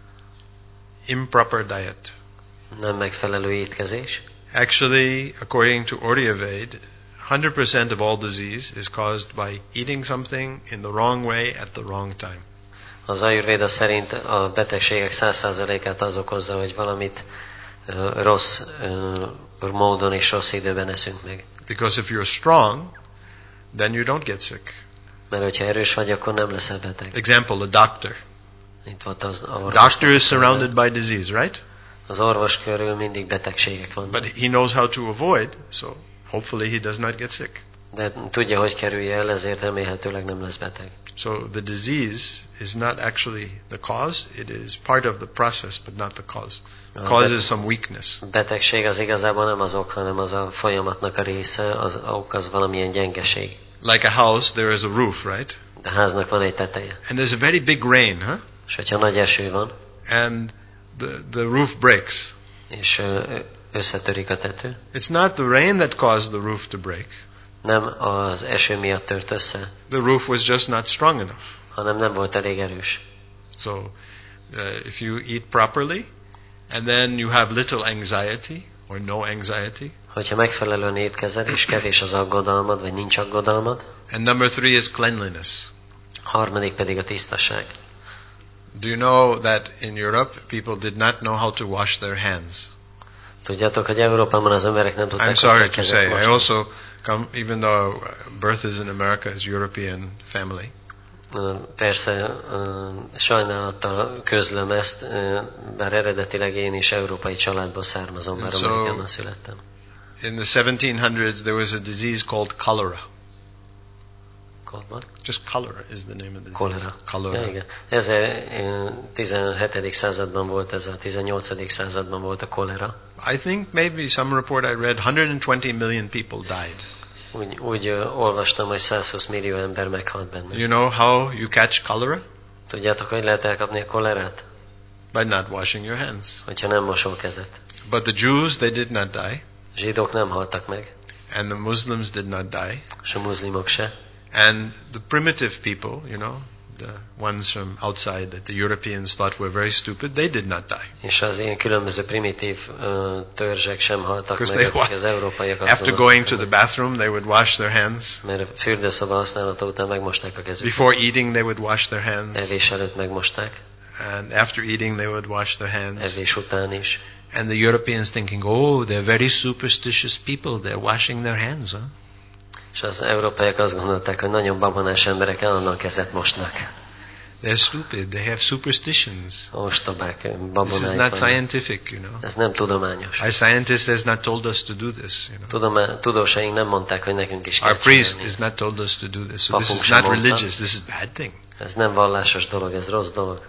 Improper diet. Nem megfelelő étkezés. Actually, according to Auryaved, 100% of all disease is caused by eating something in the wrong way at the wrong time. Az Ayurvéda szerint a betegségek 100%-át az okozza, hogy valamit rossz módon és rossz időben eszünk meg. Because if you're strong, then you don't get sick. Mert hogyha erős vagy, akkor nem leszel beteg. Example, a doctor. Itt volt az orvos. Doctor is surrounded by disease, right? Az orvos körül mindig betegségek vannak. But he knows how to avoid, so hopefully he does not get sick. De tudja, hogy kerülje el, ezért remélhetőleg nem lesz beteg. So the disease is not actually the cause, it is part of the process, but not the cause. The cause is some weakness. Betegség az igazából nem az ok, hanem az a folyamatnak a része, az ok az valamilyen gyengeség. Like a house, there is a roof, right? A háznak van egy teteje. And there's a very big rain, huh? És hogyha nagy eső van, and the roof breaks. És összetörik a tető. It's not the rain that caused the roof to break. Nem az eső miatt tört össze. The roof was just not strong enough. Hanem nem volt elég erős. So, if you eat properly, and then you have little anxiety or no anxiety. Hogyha megfelelően étkezel, és kevés az aggodalmad, vagy nincs aggodalmad. And number 3 is cleanliness. Harmadik pedig a tisztaság. Do you know that in Europe people did not know how to wash their hands? Tudjátok, hogy Európában az emberek nem tudták. I'm sorry to say, I also come, even though birth is in America, is European family. Persze, sajnálattal közlöm ezt, bár eredetileg én is európai családból származom, bár Amerikában születtem. In the 1700s there was a disease called cholera. Kolbot. Just cholera is the name of the disease. Kolera. Cholera. Ja, igen. 17. században volt ez, a 18. században volt a kolera. I think maybe some report I read, 120 million people died. Úgy olvastam, hogy 120 millió ember meghalt benne. You know how you catch cholera? Tudjátok, hogy lehet elkapni a kolerát? By not washing your hands. Hogyha nem mosol kezet. But the Jews, they did not die. Zsidók nem haltak meg, And the Muslims did not die. és a muszlimok se. And the primitive people, you know, the ones from outside that the Europeans thought were very stupid, they did not die. És az ilyen különböző primitív törzsek sem haltak Because meg, they akik az európaiak azt after going to the bathroom, they would wash their hands. mert a fürdőszoba használata után megmosták a kezüket. Before eating, they would wash their hands. Evés előtt megmosták, And after eating, they would wash their hands. evés után is. And the Europeans thinking, oh, they're very superstitious people. They're washing their hands, huh? És az európaiak azt gondolták, hogy nagyon babonás emberek állandóan kezet mosnak. They're stupid. They have superstitions. Ostobák, This is babonáik not vannak. scientific, you know. Ez nem tudományos. Our scientist has not told us to do this, you know. Tudósaink nem mondták, hogy nekünk is kell Our priest csinálni. has not told us to do this. So this Papunk is sem not mondta. religious. This is a bad thing. Ez nem vallásos dolog, ez rossz dolog.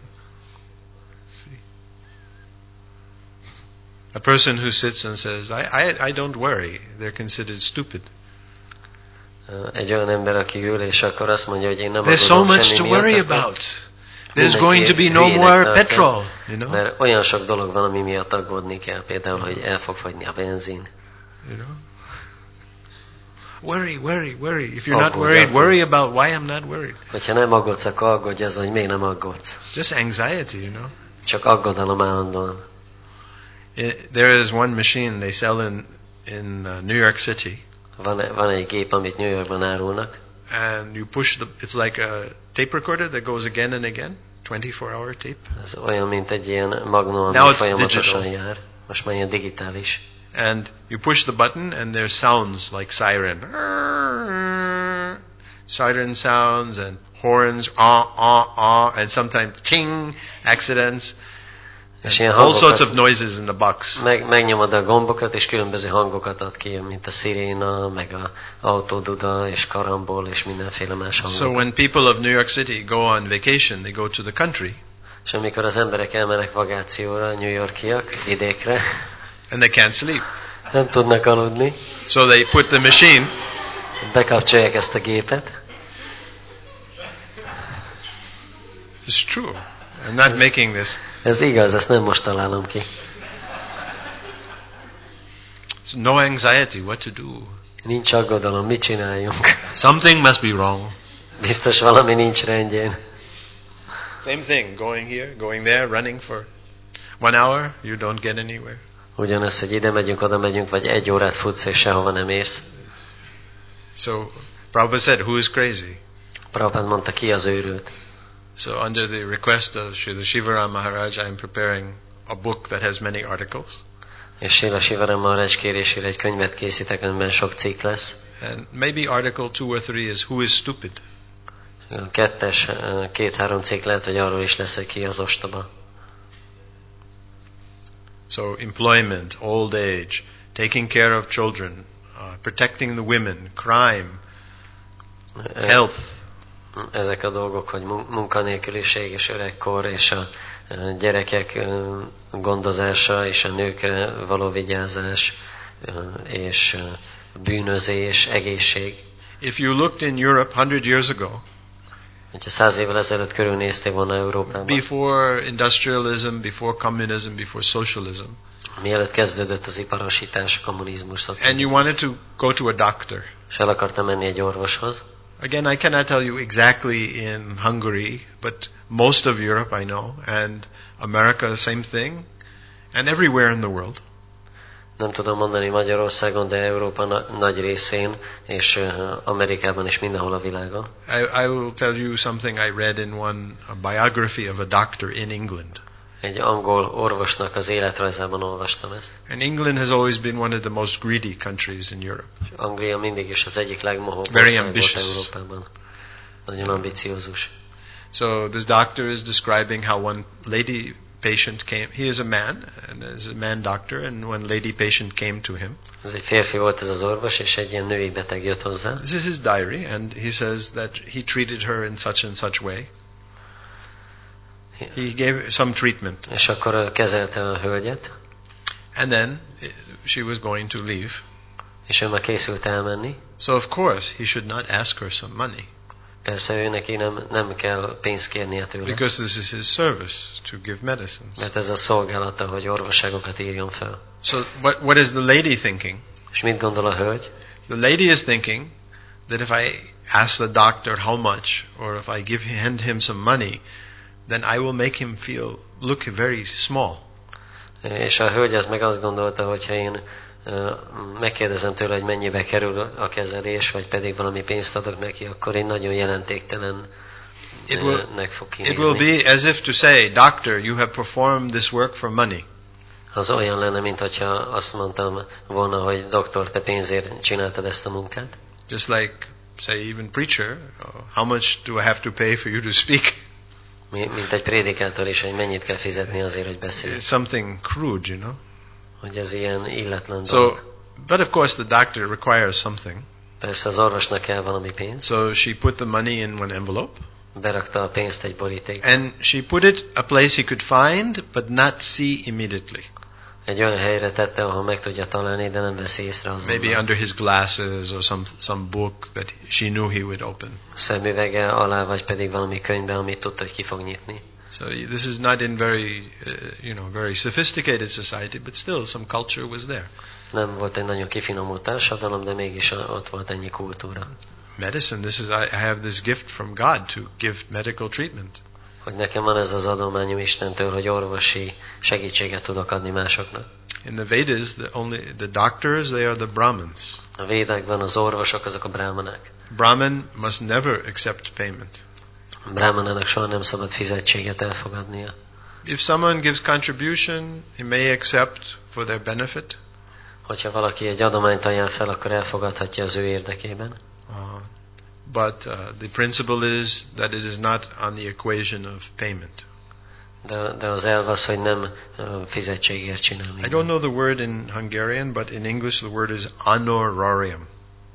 A person who sits and says, I don't worry, they're considered stupid. Egy olyan ember, aki ül, és akkor azt mondja, hogy én nem There's so aggódom much semmi to miatt, worry akkor about. There's mindenki going to be no hülyének more tartja, petrol, you know. Mert olyan sok dolog van, ami miatt aggódni kell. Például, hogy el fog fogyni a benzin. You know. Worry. If you're not Aggódj, worried, aggódj. worry about why I'm not worried. Hogyha nem aggódsz, akkor aggódj azon, hogy miért nem aggódsz. Just anxiety, you know. Csak aggodalom állandóan. There is one machine they sell in New York City, Van egy gép, amit New Yorkban árulnak, and you push it's like a tape recorder that goes again and again, 24-hour tape. ez olyan, mint egy ilyen magnó, Now ami it's folyamatosan digital. jár. Most már ilyen digitális. And you push the button, and there's sounds like siren. Siren sounds and horns, and sometimes ting, accidents, És ilyen all sorts of hangokat, noises in the box. megnyomod a gombokat, és különböző hangokat ad ki, mint a sziréna, meg a autóduda, és karambol, és mindenféle más hangok. So when people of New York City go on vacation, they go to the country, És amikor az emberek elmennek vakációra, New Yorkiak, vidékre, and they can't sleep. nem tudnak aludni, So they put the machine, bekapcsolják ezt a gépet. it's true. I'm not making this. Ez igaz, ezt nem most találom ki. It's no anxiety, what to do. Nincs aggodalom, mit csináljunk? Something must be wrong. Biztos valami nincs rendjén. Same thing, going here, going there, running for 1 hour, you don't get anywhere. Ugyanez, hogy ide megyünk, oda megyünk, vagy 1 órát futsz, és sehova nem érsz. So Prabhupada said, who is crazy? Prabhupád mondta, ki az őrült. So under the request of Srila Shivaram Maharaj, I am preparing a book that has many articles. És Srila Shivaram Maharaj kérésére egy könyvet készítek, amiben sok cikk lesz. And maybe article 2 or 3 is who is stupid. A 2-3 cikk lehet, hogy arról is lesz, hogy ki az ostoba. So employment, old age, taking care of children, protecting the women, crime, health. Ezek a dolgok, hogy munkanélküliség és öregkor, és a gyerekek gondozása, és a nőkre való vigyázás, és bűnözés, egészség. If you looked in Europe 100 years ago, Hogyha 100 évvel ezelőtt körülnéztél volna Európában, before industrialism, before communism, before socialism, mielőtt kezdődött az iparosítás, a kommunizmus, and you szocializmus, wanted to go to a doctor, és el akartam menni egy orvoshoz, again, I cannot tell you exactly in Hungary, but most of Europe I know, and America the same thing, and everywhere in the world. nem tudom mondani Magyarországon, de Európa nagy részén, és Amerikában és mindenhol a világon. I will tell you something I read in a biography of a doctor in England. Egy angol orvosnak az életrajzában olvastam ezt. And England has always been one of the most greedy countries in Europe. Anglia mindig is az egyik legmohóbb Very ország volt ambitious. Európában. Nagyon ambiciózus. So this doctor is describing how one lady patient came, he is a man, and is a man doctor, and one lady patient came to him. Ez egy férfi volt ez az orvos, és egy ilyen női beteg jött hozzá. This is his diary, and he says that he treated her in such and such way. He gave some treatment. És akkor kezelte a hölgyet. And then she was going to leave. És ő már készült elmenni. So of course he should not ask her some money. Persze ő neki nem kell pénzt kérnie tőle. Because this is his service to give medicines. Mert ez a szolgálata, hogy orvosságokat írjon fel. So what is the lady thinking? És mit gondol a hölgy? The lady is thinking that if I ask the doctor how much, or if I hand him some money, then I will make him look very small. És a hölgy az meg azt gondolta, hogy ha én megkérdezem tőle, hogy mennyibe kerül a kezelés, vagy pedig valami pénzt adok neki, akkor én nagyon jelentéktelennek fog kinézni. It will be as if to say, doctor, you have performed this work for money. Az olyan lenne, mint hogyha azt mondtam volna, hogy doktor, te pénzért csináltad ezt a munkát. Just like, say, even preacher, how much do I have to pay for you to speak? Mint egy prédikátor is, hogy mennyit kell fizetni azért, hogy beszélj. Something crude, you know. Hogy ez ilyen illetlen dolog. But of course the doctor requires something. Persze az orvosnak kell valami pénz. So she put the money in one envelope. Berakta a pénzt egy borítékba. And she put it a place he could find, but not see immediately. Egy olyan helyre tette, ahol meg tudja találni, de nem veszi észre azonnal. Maybe under his glasses or some book that she knew he would open. Szemüvege alá, vagy pedig valami könyvbe, amit tudta, hogy ki fog nyitni. So this is not in very sophisticated society, but still some culture was there. Nem volt egy nagyon kifinomult társadalom, de mégis ott volt ennyi kultúra. Medicine, I have this gift from God to give medical treatment. Hogy nekem van ez az adományom Istentől, hogy orvosi segítséget tudok adni másoknak. In the Vedas, the doctors, they are the Brahmins. A Védákban az orvosok azok a brahmanák. Brahmin must never accept payment. A brahmanának soha nem szabad fizetséget elfogadnia. If someone gives contribution, he may accept for their benefit. Hogyha valaki egy adományt ajánl fel, akkor elfogadhatja az ő érdekében. But the principle is that it is not on the equation of payment. De az elv az, hogy nem fizetségért csinálni. I don't know the word in Hungarian, but in English the word is honorarium.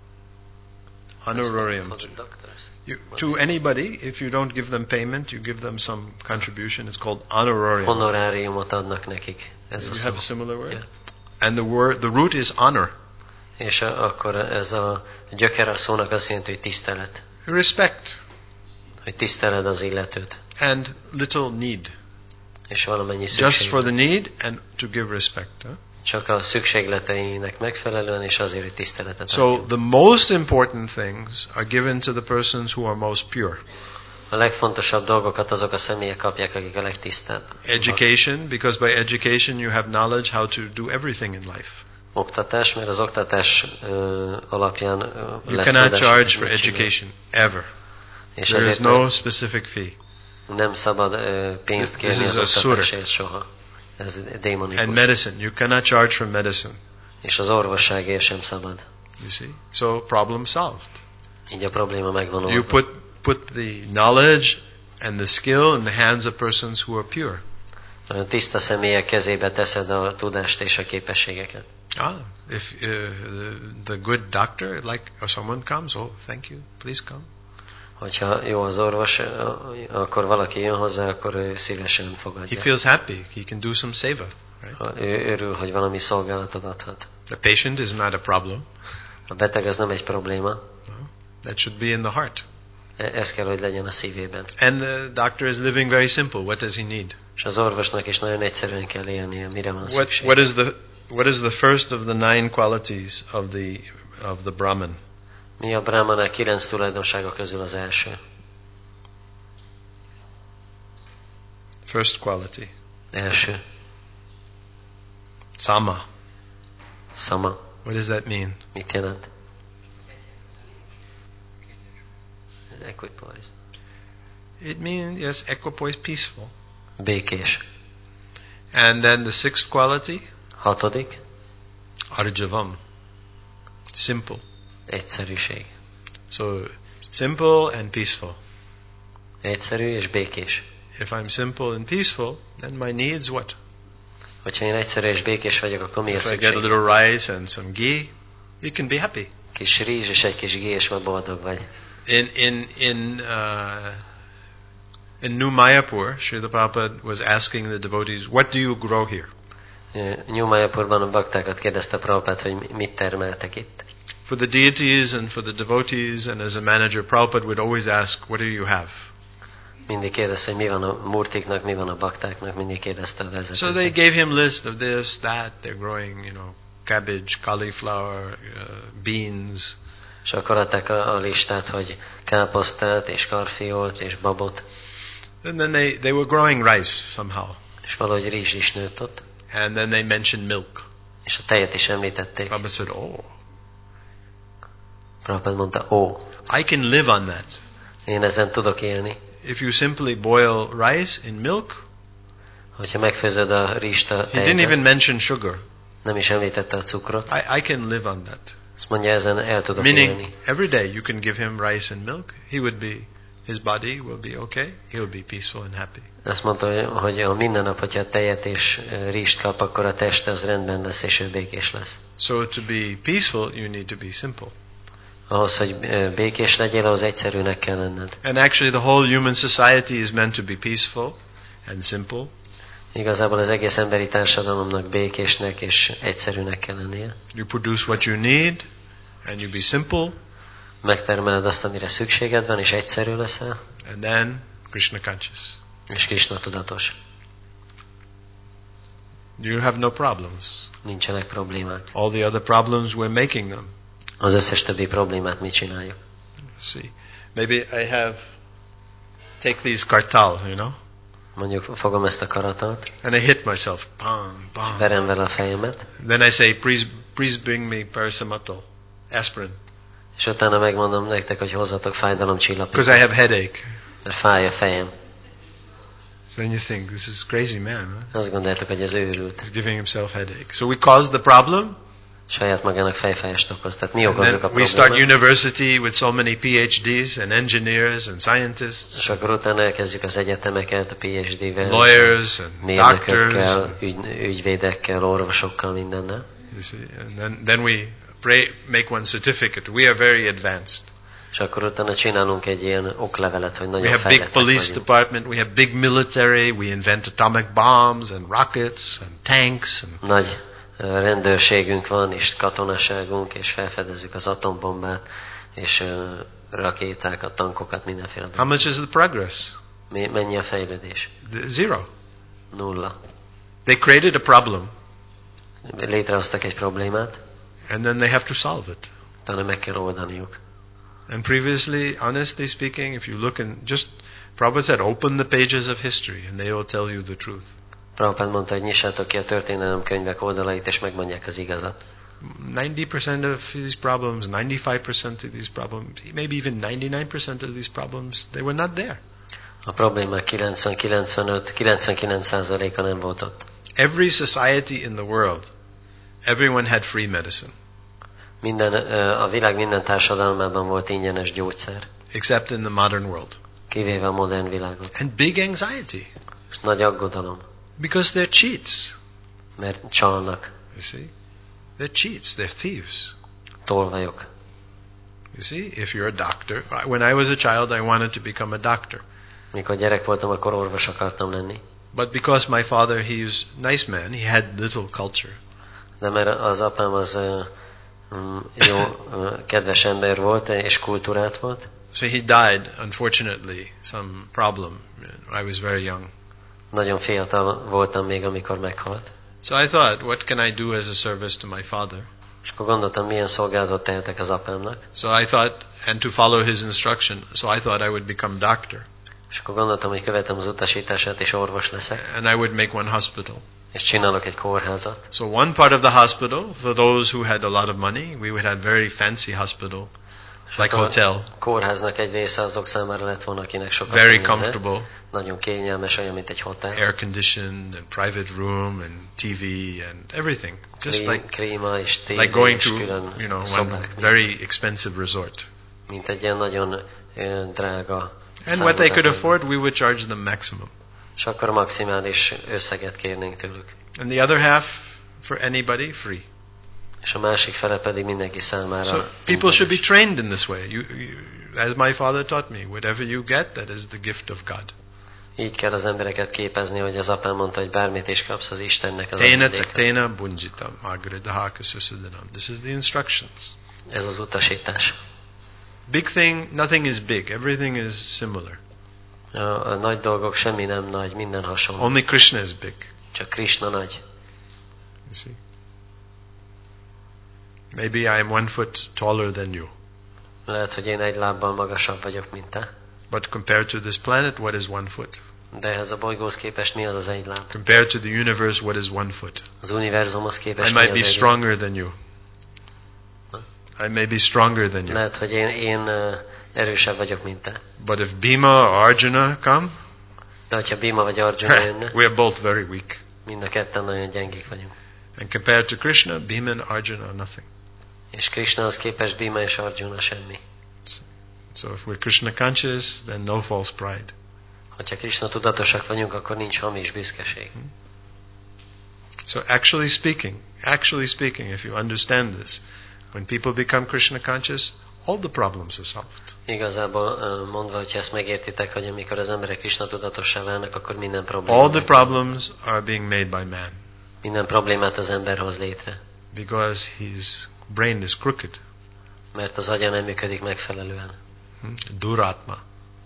Honorarium. To anybody, if you don't give them payment, you give them some contribution. It's called honorarium. Honoráriumot adnak nekik. Ez You a have szó. a similar word? Yeah. And the root is honor. És akkor ez a gyökere a szónak azt jelenti, hogy tisztelet. Respect. Hogy tiszteled az illetőt. And little need. És valamennyi Just szükség. for the need and to give respect. Huh? Csak a szükségleteinek megfelelően, és azért, hogy tiszteletet So adjon. the most important things are given to the persons who are most pure. A legfontosabb dolgokat azok a személyek kapják, akik a legtisztább. Education, because by education you have knowledge how to do everything in life. Oktatás, mert az oktatás alapján You lesz cannot tudás, charge hogy for mit csinálni. education, ever. És There is ezért no specific fee. nem szabad pénzt This kérni is az a oktatásért soha. Ez démonikus. And medicine, you cannot charge for medicine. És az orvosságért sem szabad. You see? So problem solved. Így a probléma megvan You oldva. put the knowledge and the skill in the hands of persons who are pure. A tiszta személyek kezébe teszed a tudást és a képességeket. If the good doctor, or someone comes, thank you, please come. Hogyha jó az orvos, akkor valaki jön hozzá, akkor ő szívesen fogadja. He feels happy. He can do some seva. Right? Ha ő örül, hogy valami szolgálatot adhat. The patient is not a problem. A beteg az nem egy probléma. That should be in the heart. Ez kell, hogy legyen a szívében. And the doctor is living very simple. What does he need? És az orvosnak is nagyon egyszerűen kell élnie, mire van szükség. What is the first of the 9 qualities of the Brahman? Mi a brahmanák 9 tulajdonsága közül az első? First quality. Első. Sama. Sama. What does that mean? Mit jelent? Equipoised. It means, yes, equipoised, peaceful. Békés. And then the 6th quality? 6. Arjavam. Simple. Egyszerűség. So, simple and peaceful. Egyszerű és békés. if I'm simple and peaceful, then my needs what? Hogyha én egyszerű és békés vagyok, akkor mi a If I get a szükség? little rice and some ghee, you can be happy. Kis rizs és egy kis gé, és már boldog vagy. In New Mayapur, Srila Prabhupada was asking the devotees, what do you grow here? New Mayapurban a baktákat kérdezte Prabhupád, hogy mit termeltek itt. For the deities and for the devotees and as a manager, Prabhupada would always ask, what do you have? Mindig kérdezte, hogy mi van a murtiknak, mi van a baktáknak, mindig kérdezte a vezetőt. So they gave him list of this, that, they're growing, cabbage, cauliflower, beans. És akkor adták a listát, hogy káposztát, és karfiolt, és babot. And then they were growing rice somehow. És valahogy rizs is nőtt ott. And then they mentioned milk. És a tejet is említették. Prabhupada said, Prabhupada mondta, I can live on that. én ezen tudok élni. If you simply boil rice in milk, Hogyha megfőzöd a rizst a he didn't tejben, even mention sugar. nem is említette a cukrot. I can live on that. Azt mondja, ezen el tudok Meaning, élni. every day you can give him rice and milk. His body will be okay. He'll be peaceful and happy. Azt mondta, hogy a minden nap, hogyha tejet és rizst kap, akkor a teste az rendben lesz, és ő békés lesz. So to be peaceful, you need to be simple. Ahhoz, hogy békés legyél, ahhoz egyszerűnek kell lenned. And actually the whole human society is meant to be peaceful and simple. Igazából az egész emberi társadalomnak békésnek és egyszerűnek kell lennie. You produce what you need and you be simple. Megtermeled azt, amire szükséged van, és egyszerű leszel. And then Krishna conscious. És Krishna tudatos. You have no problems. Nincsenek problémák. All the other problems, we're making them. Az összes többi problémát mi csináljuk? See, maybe I take these kartal, Mondjuk fogom ezt a karatalt, and I hit myself, bam, bam. verem vele a fejemet, Then I say, please bring me paracetamol, aspirin, és utána megmondom nektek, hogy hozzatok fájdalomcsillapítót, because I have headache. mert fáj a fejem. So then you think, this is crazy man. Huh? Azt gondoljátok, hogy ez őrült. He's giving himself headache. So we cause the problem. Saját magának fejfájást okoz. Tehát mi And okozzuk a then we start problémát. university with so many PhDs and engineers and scientists, És akkor utána elkezdjük az egyetemeket, a PhD-vel, lawyers and mérnökökkel, doctors. ügyvédekkel, orvosokkal, mindennel. You see, and then we make one certificate. We are very advanced. És akkor utána csinálunk egy ilyen oklevelet, hogy We nagyon have big fejlettek police vagyunk. department. We have big military. We invent atomic bombs and rockets and tanks. And Nagy rendőrségünk van, és katonaságunk, és felfedezzük az atombombát, és rakétákat, tankokat, mindenféle how dolgot. much is the progress? Mennyi a fejlődés? Zero. 0. They created a problem, Létrehoztak egy problémát, and then they have to solve it. utána meg kell oldaniuk. And previously, honestly speaking, if you look in Prabhupada said, open the pages of history, and they will tell you the truth. Prabhupád mondta, hogy nyissátok ki a történelem könyvek oldalait, és megmondják az igazat. 90% of these problems, 95% of these problems, maybe even 99% of these problems, they were not there. A problémák 99%-a nem volt ott. Every society in the world, everyone had free medicine, A világ minden társadalmában volt ingyenes gyógyszer, except in the modern world. kivéve a modern világot. And big anxiety, És nagy aggodalom, because they're cheats. mert csalnak, You see? They're cheats, they're thieves. tolvajok. You see, if you're a doctor, when I was a child, I wanted to become a doctor. Mikor gyerek voltam, akkor orvos akartam lenni. But because my father, he's a nice man, he had little culture. De mert az apám az jó, kedves ember volt, és kultúrát volt, So he died, unfortunately, some problem. I was very young. nagyon fiatal voltam még, amikor meghalt. So I thought, what can I do as a service to my father? És akkor gondoltam, milyen szolgálatot tehetek az apámnak. So I thought, and to follow his instruction, so I thought I would become doctor. És akkor gondoltam, hogy követem az utasítását, és orvos leszek, And I would make one hospital. és csinálok egy kórházat. So one part of the hospital, for those who had a lot of money, we would have very fancy hospital, like akkor hotel, A kórháznak egy része azok számára lett volna, akinek sokat very pénze. comfortable, Nagyon kényelmes, olyan, mint egy hotel. air conditioned, and private room, and TV, and everything. Just Klíma és tévé, like going és to, külön one szobák. very expensive resort. Mint egy ilyen nagyon drága And what they could szállodában. afford, we would charge them maximum. És akkor maximális összeget kérnénk tőlük. And the other half for anybody free. És a másik fele pedig mindenki számára. So people should be trained in this way. As my father taught me, whatever you get, that is the gift of God. Így kell az embereket képezni, hogy az apám mondta, hogy bármit is kapsz, az Istennek az Tena ajándéka. taktena bunjitam agridaha kususidanam. This is the instructions. Ez az utasítás. Big thing, nothing is big. Everything is similar. A nagy dolgok semmi nem nagy, minden hasonló. Only Krishna is big. Csak Krishna nagy. You see? Maybe I am 1 foot taller than you. Lehet, hogy én egy lábbal magasabb vagyok, mint te. But compared to this planet, what is 1 foot? De ehhez a bolygóhoz képest mi az az egy láb? Compared to the universe, what is 1 foot? Az univerzumhoz képest I mi might az be egy stronger than you. I may be stronger than you. Lehet, hogy én erősebb vagyok, mint te. But if Bhima or Arjuna come, De hogyha Bhima vagy Arjuna jönne, we are both very weak. mind a ketten nagyon gyengék vagyunk. And compared to Krishna, Bhima and Arjuna are nothing. És Krishnahoz képest Bhima és Arjuna semmi. So if we're Krishna conscious, then no false pride. Hogyha Krishna tudatosak vagyunk, akkor nincs hamis büszkeség. So actually speaking, if you understand this, when people become Krishna conscious, all the problems are solved. Igazából mondva, hogyha ezt megértitek, hogy amikor az emberek Krishna tudatossá válnak, akkor minden probléma. All the problems are being made by man. Minden problémát az ember hoz létre. Because his brain is crooked. Mert az agya nem működik megfelelően. Duratma.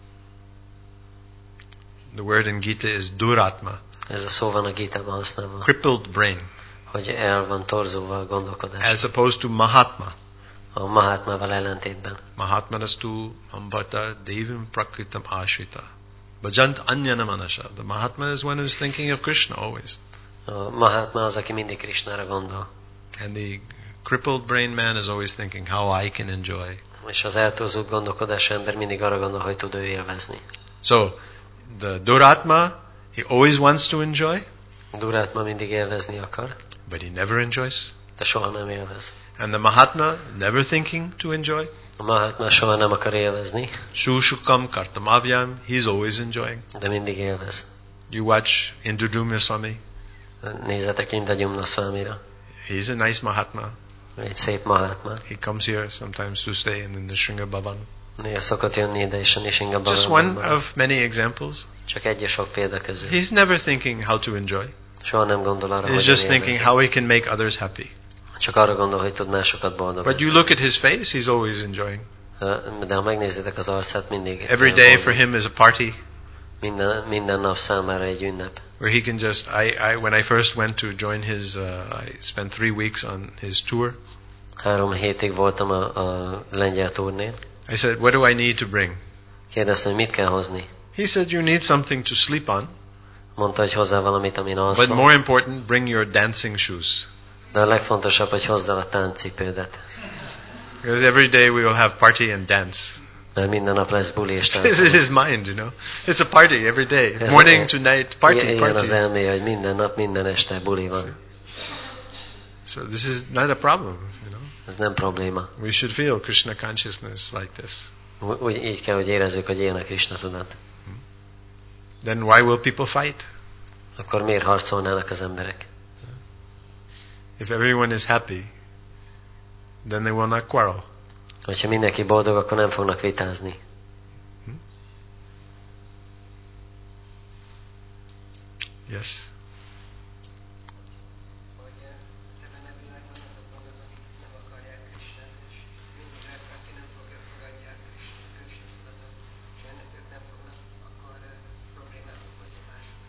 The word in Gita is duratma. Ez a szó van a Gitában használva. Crippled brain. Hogy el van torzulva a gondolkodás. As opposed to Mahatma. A Mahatmával ellentétben. Mahatmanastu ambata devim prakritam ashrita. Bhajant anyana manasha. The Mahatma is one who is thinking of Krishna always. A Mahatma az, aki mindig Krishnára gondol. And the crippled brain man is always thinking how I can enjoy. És az eltorzult gondolkodású ember mindig arra gondol, hogy tud ő élvezni. So, the Duratma, he always wants to enjoy. Durátma mindig élvezni akar, But he never enjoys. de soha nem élvez. And the Mahatma, never thinking to enjoy. A Mahatma soha nem akar élvezni, Shushukam kartamavyam, he's always enjoying. de mindig élvez. You watch Indradumya Swami, Nézzetek Indra Swamira. he's a nice Mahatma. Egy szép Mahatma. He comes here sometimes to stay in the Shringa Bhavan. Néha szokott jönni ide is a Nishinga Just one Bhavanban. of many examples. Csak egy és sok példa közül. He's never thinking how to enjoy. Soha nem gondol arra, He's hogy just élvezni. thinking how he can make others happy. Csak arra gondol, hogy tud másokat boldogítani. But you look at his face, he's always enjoying. De ha megnézitek az arcát, mindig Every day for him is a party minden nap számára egy ünnep. where he can just, when I first went to join his, I spent 3 weeks on his tour. 3 hétig voltam a lengyel turnén. I said, what do I need to bring? Kérdeztem, hogy mit kell hozni. He said, you need something to sleep on, Mondta, hogy hozzá valamit, amin but alszom. more important, bring your dancing shoes. De a legfontosabb, hogy hozd el a táncipődet. Because every day we will have party and dance. Mert minden nap lesz buli és This is tánc. his mind, you know. It's a party every day. Ez- Morning to night, party, Ilyen az party. elméje, hogy minden nap, minden este buli van. So this is not a problem, you know. Ez nem probléma. We should feel Krishna consciousness like this. Úgy így kell, hogy érezzük, hogy ilyen a Krishna tudat. Then why will people fight? Akkor miért harcolnának az emberek? If everyone is happy, then they will not quarrel. Hogyha mindenki boldog, akkor nem fognak vitázni. Yes. hogy ebben a világban azok vannak, akik nem akarják Krisnát, és mindig lesz, aki nem fogadják Krisna tudatot, és ennek ők nem fognak akkor problémát okozni másoknak.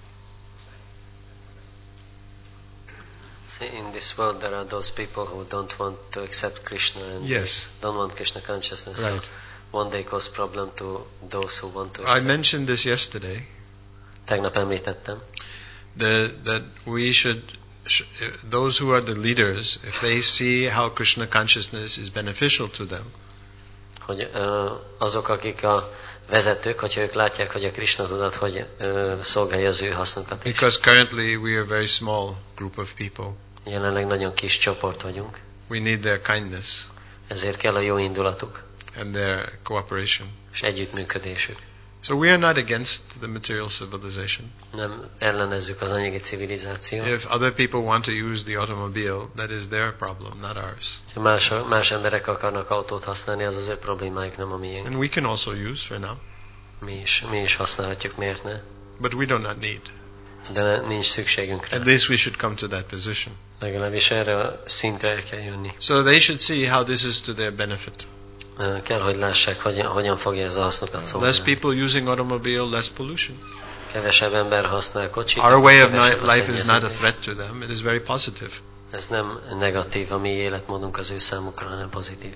See, in this world there are those people who don't want to accept Krishna and Yes. don't want Krishna consciousness. Right. So one day cause problem to those who want to I accept. mentioned this yesterday. Tegnap említettem, That we should, those who are the leaders, if they see how Krishna consciousness is beneficial to them, hogy azok, akik a vezetők, hogyha ők látják, hogy a Krishna tudat, hogy szolgálja az ő hasznukat is. because currently we are a very small group of people, Jelenleg nagyon kis csoport vagyunk, we need their kindness ezért kell a jó indulatuk and their cooperation. és együttműködésük. So we are not against the material civilization. Nem ellenezzük az anyagi civilizációt. If other people want to use the automobile, that is their problem, not ours. Ha más emberek akarnak autót használni, az az ő problémájuk, nem a miénk. And we can also use for now. Mi is használhatjuk, miért ne? But we do not need. De nincs szükségünk rá. At least we should come to that position. Legalábbis erre a szintre el kell jönni. So they should see how this is to their benefit. Kell, hogy lássák, hogyan fogja ez a hasznokat Less szolgálni. people using automobile, less pollution. Kevesebb ember használ kocsit. Our way of kevesebb a life is not a szennyeződés. threat to them. It is very positive. Ez nem negatív, a mi életmódunk az ő számukra, hanem pozitív.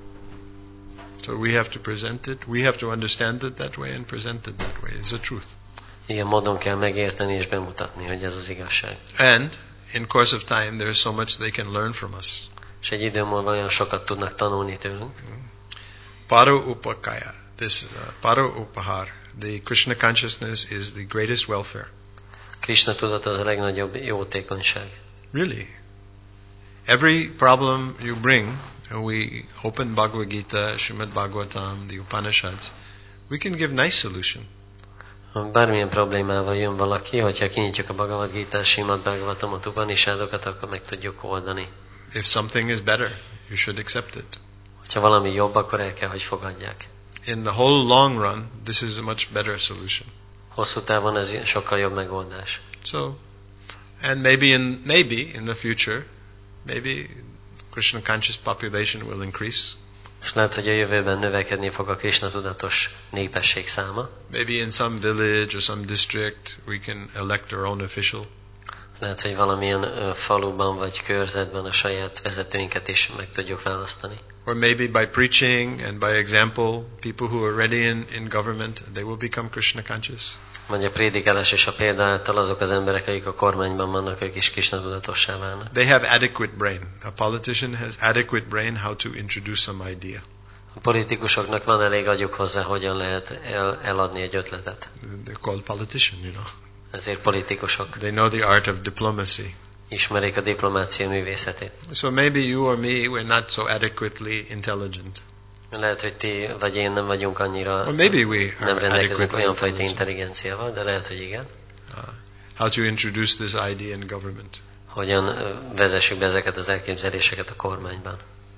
So we have to present it. We have to understand it that way and present it that way. It's the truth. Ilyen módon kell megérteni és bemutatni, hogy ez az igazság. And in course of time, there is so much they can learn from us. És egy idő múlva olyan sokat tudnak tanulni tőlünk. Paro Upakaya, this Paro Upahar, the Krishna consciousness is the greatest welfare. Krishna tudat az a legnagyobb jótékonyság. Really. Every problem you bring, and we open Bhagavad Gita, Srimad Bhagavatam, the Upanishads, we can give nice solution. Ha bármilyen problémával jön valaki, hogyha kinyitjuk a Bhagavad Gita, Srimad Bhagavatamot, Upanishadokat, akkor meg tudjuk oldani. If something is better, you should accept it. Ha valami jobb, akkor el kell, hogy fogadják. In the whole long run, this is a much better solution. Hosszú távon ez sokkal jobb megoldás. So, and maybe in the future, maybe Krishna conscious population will increase. És lehet, hogy a jövőben növekedni fog a Krishna tudatos népesség száma. Maybe in some village or some district we can elect our own official. Lehet, hogy valamilyen faluban vagy körzetben a saját vezetőinket is meg tudjuk választani. Or maybe by preaching and by example, people who are already in government, they will become Krishna conscious. Vagy a prédikálás és a példa által azok az emberek, akik a kormányban vannak, ők is Krishna tudatossá válnak. They have adequate brain. A politician has adequate brain how to introduce some idea. A politikusoknak van elég agyuk hozzá, hogyan lehet eladni egy ötletet. They're called politician, you know. Ezért politikusok They know the art of diplomacy. ismerik a diplomácia művészetét. So maybe you or me, we're not so adequately intelligent. Lehet, hogy ti vagy én nem vagyunk annyira, Or maybe we nem are rendelkezünk adequately olyan fajta intelligent. intelligenciával, de lehet, hogy igen. How to introduce this idea in government. Hogyan vezessük be ezeket az elképzeléseket a kormányban.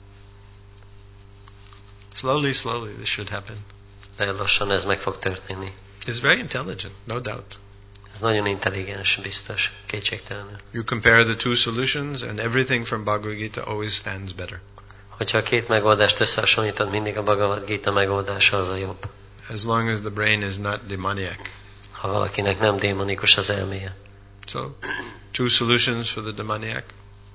Slowly this should happen. De lassan ez meg fog történni. It's very intelligent, no doubt. Ez nagyon intelligens, biztos, kétségtelenül. You compare the two solutions and everything from Bhagavad Gita always stands better. Hogyha a két megoldást összehasonlítod, mindig a Bhagavad Gita megoldása az a jobb. As long as the brain is not demoniac. Ha valakinek nem démonikus az elméje. So, two solutions for the demoniac.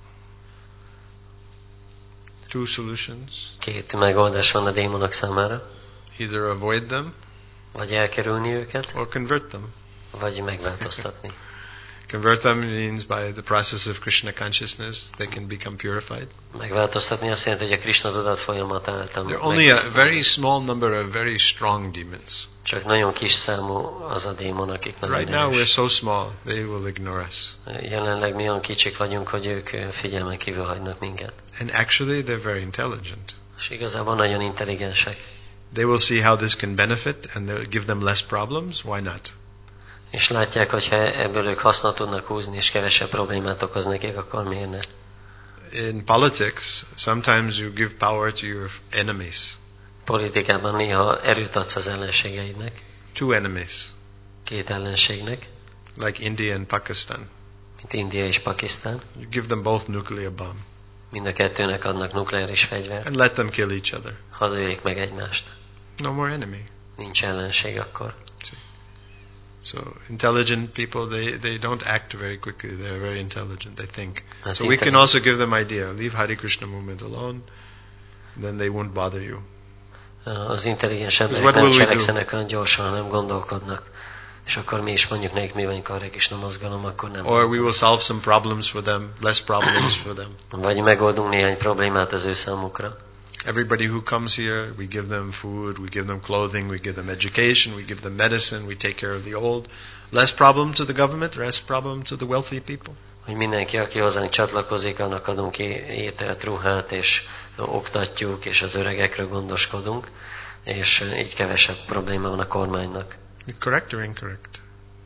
Two solutions. Két megoldás van a démonok számára. Either avoid them Vagy elkerülni őket, or convert them. vagy megváltoztatni. Convert them means by the process of Krishna consciousness, they can become purified. Megváltoztatni azt jelenti, hogy a Krishna tudat folyamat által There are only a very small number of very strong demons. Csak nagyon kis számú az a démon, akik nagyon Right now we're erős. so small, they will ignore us. Jelenleg mi olyan kicsik vagyunk, hogy ők figyelmen kívül hagynak minket. And actually they're very intelligent. És igazából nagyon intelligensek. They will see how this can benefit and they'll give them less problems. Why not? És látják, hogy ha ebből ők hasznot tudnak húzni, és kevesebb problémát okoz nekik, akkor miért ne? In politics, sometimes you give power to your enemies. Politikában néha erőt adsz az ellenségeidnek, Two enemies, két ellenségnek, like India and Pakistan. mint India és Pakisztán. You give them both nuclear bomb Mind a kettőnek adnak nukleáris fegyvert, and let them kill each other. hadd öljék meg egymást. No more enemy. Nincs ellenség akkor. So intelligent people, they don't act very quickly. They're very intelligent. They think. I So think we can that- also give them idea. Leave Hare Krishna movement alone, then they won't bother you. Az intelligens what emberek nem will we do? cselekszenek olyan gyorsan, hanem gondolkodnak. És akkor mi is mondjuk nekik, mi vagyunk a Hare Krishna mozgalom, akkor nem. Or we will solve some problems for them, less problems for them. Vagy megoldunk néhány problémát az ő számukra. Everybody who comes here, we give them food, we give them clothing, we give them education, we give them medicine, we take care of the old. Less problem to the government, less problem to the wealthy people. Hogy mindenki, aki hozzánk csatlakozik, annak adunk ki ételt, ruhát, és oktatjuk, és az öregekről gondoskodunk, és így kevesebb probléma van a kormánynak. Correct or incorrect?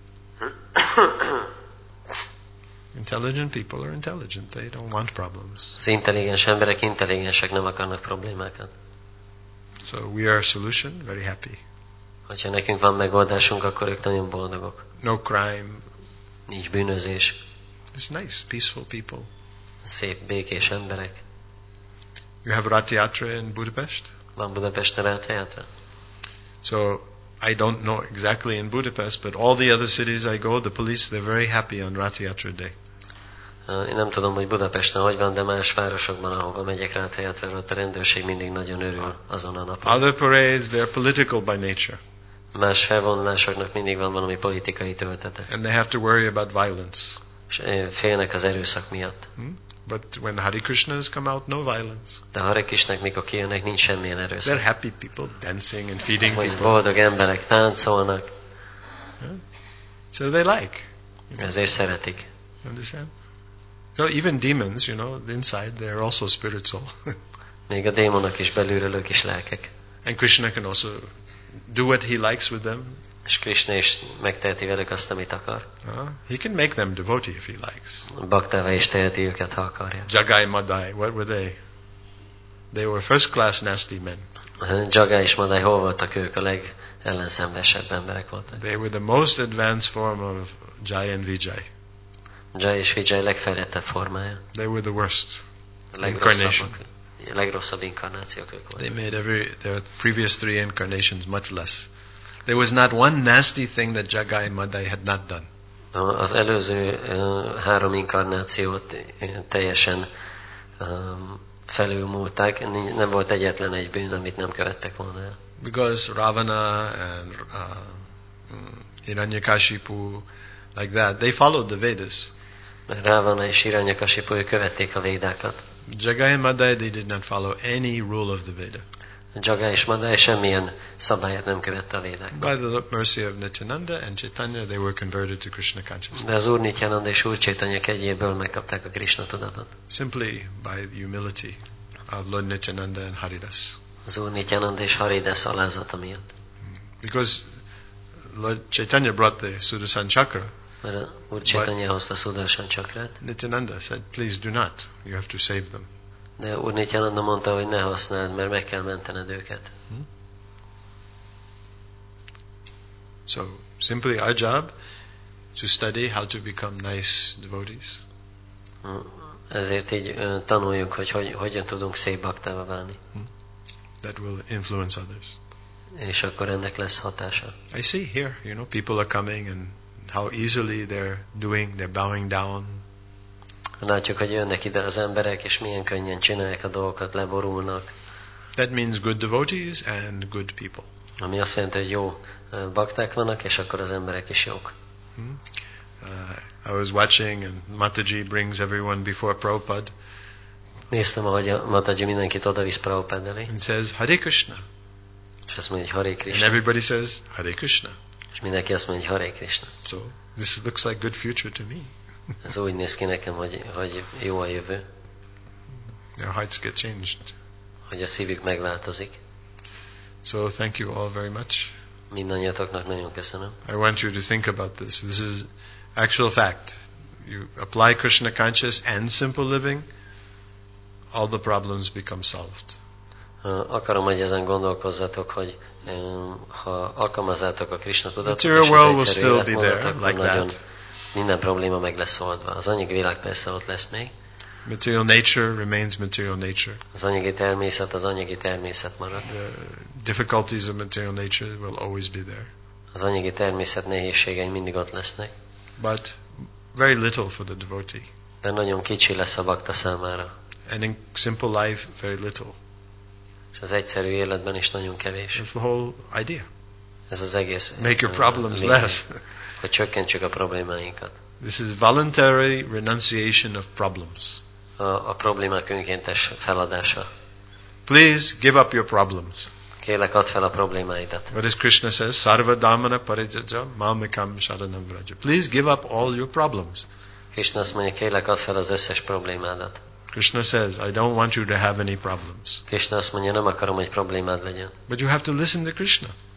Intelligent people are intelligent. They don't want problems. Az intelligens emberek intelligensek, nem akarnak problémákat. So we are a solution, very happy. Hogyha nekünk van megoldásunk, akkor ők nagyon boldogok. No crime. Nincs bűnözés. It's nice, peaceful people. Szép, békés emberek. You have Rath Yatra in Budapest? Van Budapesten Rath Yatra? So I don't know exactly in Budapest, but all the other cities I go, the police, they're very happy on Rath Yatra day. Én nem tudom, hogy Budapesten hogy van, de más városokban, ahova megyek Rath Yatra, ott a rendőrség mindig nagyon örül azon a napon. Other parades, they're political by nature. Más felvonulásoknak mindig van valami politikai töltete. And they have to worry about violence. És félnek az erőszak miatt. But when Hare Krishnas come out, no violence. De Hare Krishnak mikor kijönnek, nincs semmilyen erőszak. They're happy people, dancing and feeding Hogy people. boldog emberek táncolnak. So they like. Ezért szeretik. Understand? So even demons, inside, they're also spiritual. Még a démonok is belülről, ők is lelkek. And Krishna can also do what he likes with them. És Krishna is megteheti velük azt, amit akar. He can make them devotee if he likes. Baktává is teheti őket, ha akarja. Jagai Madai, what were they? They were first class nasty men. Jagai és Madai, hol voltak ők? A legellenszenvesebb emberek voltak. They were the most advanced form of Jai and Vijay. Jai és Vijay legfejlettebb formája. They were the worst incarnation. Legrosszabb inkarnációk ők voltak. They made their previous 3 incarnations much less. There was not one nasty thing that Jagai and Madai had not done. Az előző 3 inkarnációt teljesen felülmúlták, nem volt egyetlen egy bűn, amit nem követtek volna el. Because Ravana and Hiranyakashipu, like that, they followed the Vedas. Ravana és Hiranyakashipu követték a védákat. Jagai and Madai, they did not follow any rule of the Veda. Jagai és Madai semmilyen szabályát nem követte a védákban. By the mercy of Nityananda and Chaitanya, they were converted to Krishna consciousness. De az Úr Nityananda és Úr Chaitanya kegyéből megkapták a Krishna tudatot. Simply by the humility of Lord Nityananda and Haridas. Az Úr Nityananda és Haridas alázata miatt. Because Lord Chaitanya brought the Sudarshan Chakra. Mert az Úr Chaitanya hozta a Sudarshan Chakrát. Nityananda said, please do not. You have to save them. De Úr Nityananda mondta, hogy ne használd, mert meg kell mentened őket. So, simply our job to study how to become nice devotees. Ezért így tanuljuk, hogy hogyan tudunk szép baktává válni. That will influence others. És akkor ennek lesz hatása. I see here, people are coming and how easily they're bowing down. Látjuk, hogy jönnek ide az emberek, és milyen könnyen csinálják a dolgokat, leborulnak. That means good devotees and good people. Ami azt jelenti, hogy jó bakták vannak, és akkor az emberek is jók. I was watching and Mataji brings everyone before Prabhupada. Néztem, ahogy a Mataji mindenkit odavisz Prabhupada elé. And says, Hare Krishna. És azt mondja, hogy Hare Krishna. And everybody says, Hare Krishna. És mindenki azt mondja, hogy Hare Krishna. So, this looks like good future to me. Ez úgy néz ki nekem, hogy jó a jövő. Their hearts get changed. Hogy a szívük megváltozik. So thank you all very much. Mindannyiatoknak nagyon köszönöm. I want you to think about this. This is actual fact. You apply Krishna conscious and simple living, all the problems become solved. Akarom, hogy ezen gondolkozzatok, hogy ha alkalmazzátok a Krishna tudatot, Material world will still be there, like that. Minden probléma meg lesz oldva. Az anyagi világ persze ott lesz még. Material nature remains material nature. Az anyagi természet az anyagi természet marad. The difficulties of material nature will always be there. Az anyagi természet nehézségei mindig ott lesznek. But very little for the devotee. De nagyon kicsi lesz a bakta számára. And in simple life, very little. És az egyszerű életben is nagyon kevés. That's the whole idea. Ez az egész. Make your problems less. Hogy csökkentsük a problémáinkat. This is voluntary renunciation of problems. A problémák önkéntes feladása. Please give up your problems. Kérlek, add fel a problémáidat. What does Krishna says? Sarva dhamana parijaja mamekam sharanam vraja. Please give up all your problems. Krishna azt mondja, kérlek, add fel az összes problémádat. Krishna says, I don't want you to have any problems. Krishna azt mondja, nem akarom, hogy problémád legyen. But you have to listen to Krishna.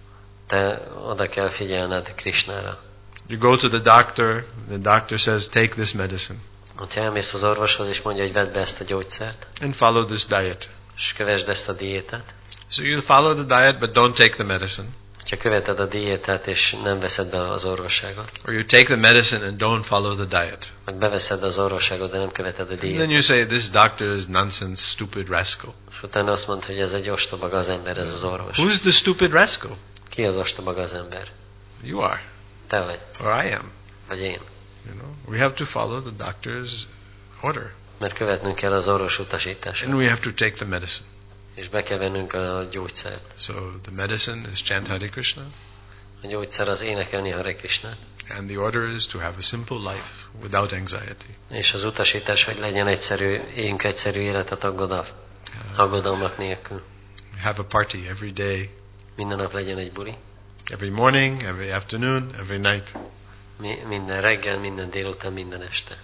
Te oda kell figyelned Krishnára. You go to the doctor says, take this medicine Ha elmész az orvoshoz és mondja, hogy vedd be ezt a gyógyszert, and follow this diet. és kövesd ezt a diétát, So you follow the diet but don't take the medicine. ha követed a diétát és nem veszed be az orvosságot, Or you take the medicine and don't follow the diet. meg beveszed az orvosságot, de nem követed a And then diétát, you say, this doctor is nonsense, stupid rascal. és utána azt mondod, hogy ez egy ostoba gazember, ez az orvos. Who's the stupid rascal? Ki az ostoba gazember? You are, Te vagy, or I am. vagy én. You know, we have to follow the doctor's order, Mert követnünk kell az orvos utasítását, and we have to take the medicine. és be kell vennünk a gyógyszert. So the medicine is chant Hare Krishna, A gyógyszer az énekelni Hare Krishnát, and the order is to have a simple life without anxiety. és az utasítás, hogy legyen éljünk egyszerű életet aggodalmak nélkül. Have a party every day, Minden nap legyen egy buli, every morning, every afternoon, every night. minden reggel, minden délután, minden este.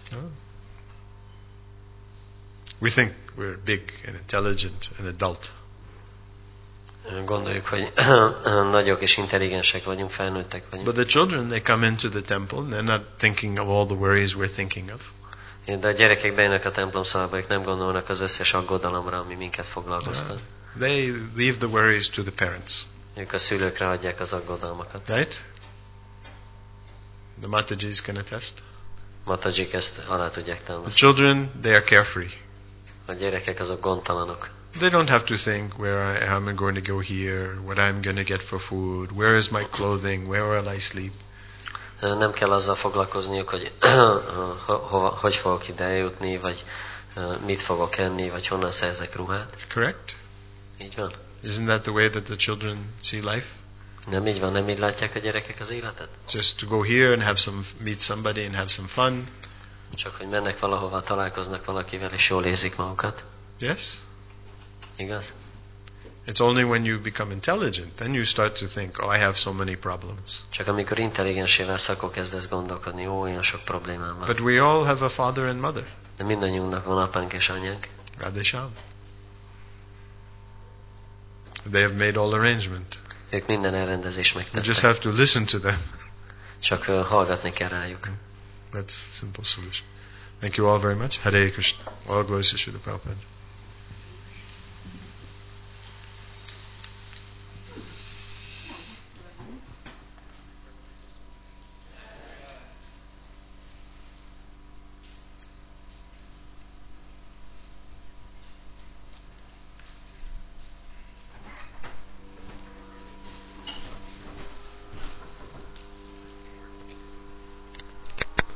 We think we're big and intelligent and adult. Gondoljuk, hogy nagyok és intelligensek vagyunk, felnőttek vagyunk. But the children, they come into the temple and they're not thinking of all the worries we're thinking of. De a gyerekek bejönnek a templom szavába, ők nem gondolnak az összes aggodalomra, ami minket foglalkoztat. They leave the worries to the parents. Ők a szülőkre adják az aggodalmakat. Right? The Matajis can attest. Matajik ezt alá tudják The támasztani. children, they are carefree. A gyerekek azok gondtalanok. They don't have to think where I am going to go here, what I'm going to get for food, where is my clothing, where will I sleep. Nem kell azzal foglalkozniuk, hogy hogy fogok ide eljutni, vagy mit fogok enni, vagy honnan szerzek ruhát. Correct? Így van? Isn't that the way that the children see life? Nem így van, nem így látják a gyerekek az életet? Just to go here and meet somebody and have some fun. Csak hogy mennek valahova, találkoznak valakivel, és jól érzik magukat. Yes? Igaz? It's only when you become intelligent, then you start to think, oh, I have so many problems. Csak amikor intelligensé válsz, akkor kezdesz gondolkodni, olyan sok problémám van. But we all have a father and mother. De mindannyiunknak van apánk és anyánk. Radhe Shyam. They have made all arrangement. Ők minden elrendezést You just megtettek. have to listen to them. Csak hallgatni kell rájuk. That's the simple solution. Thank you all very much. Hare Krishna. All glories to Srila Prabhupada.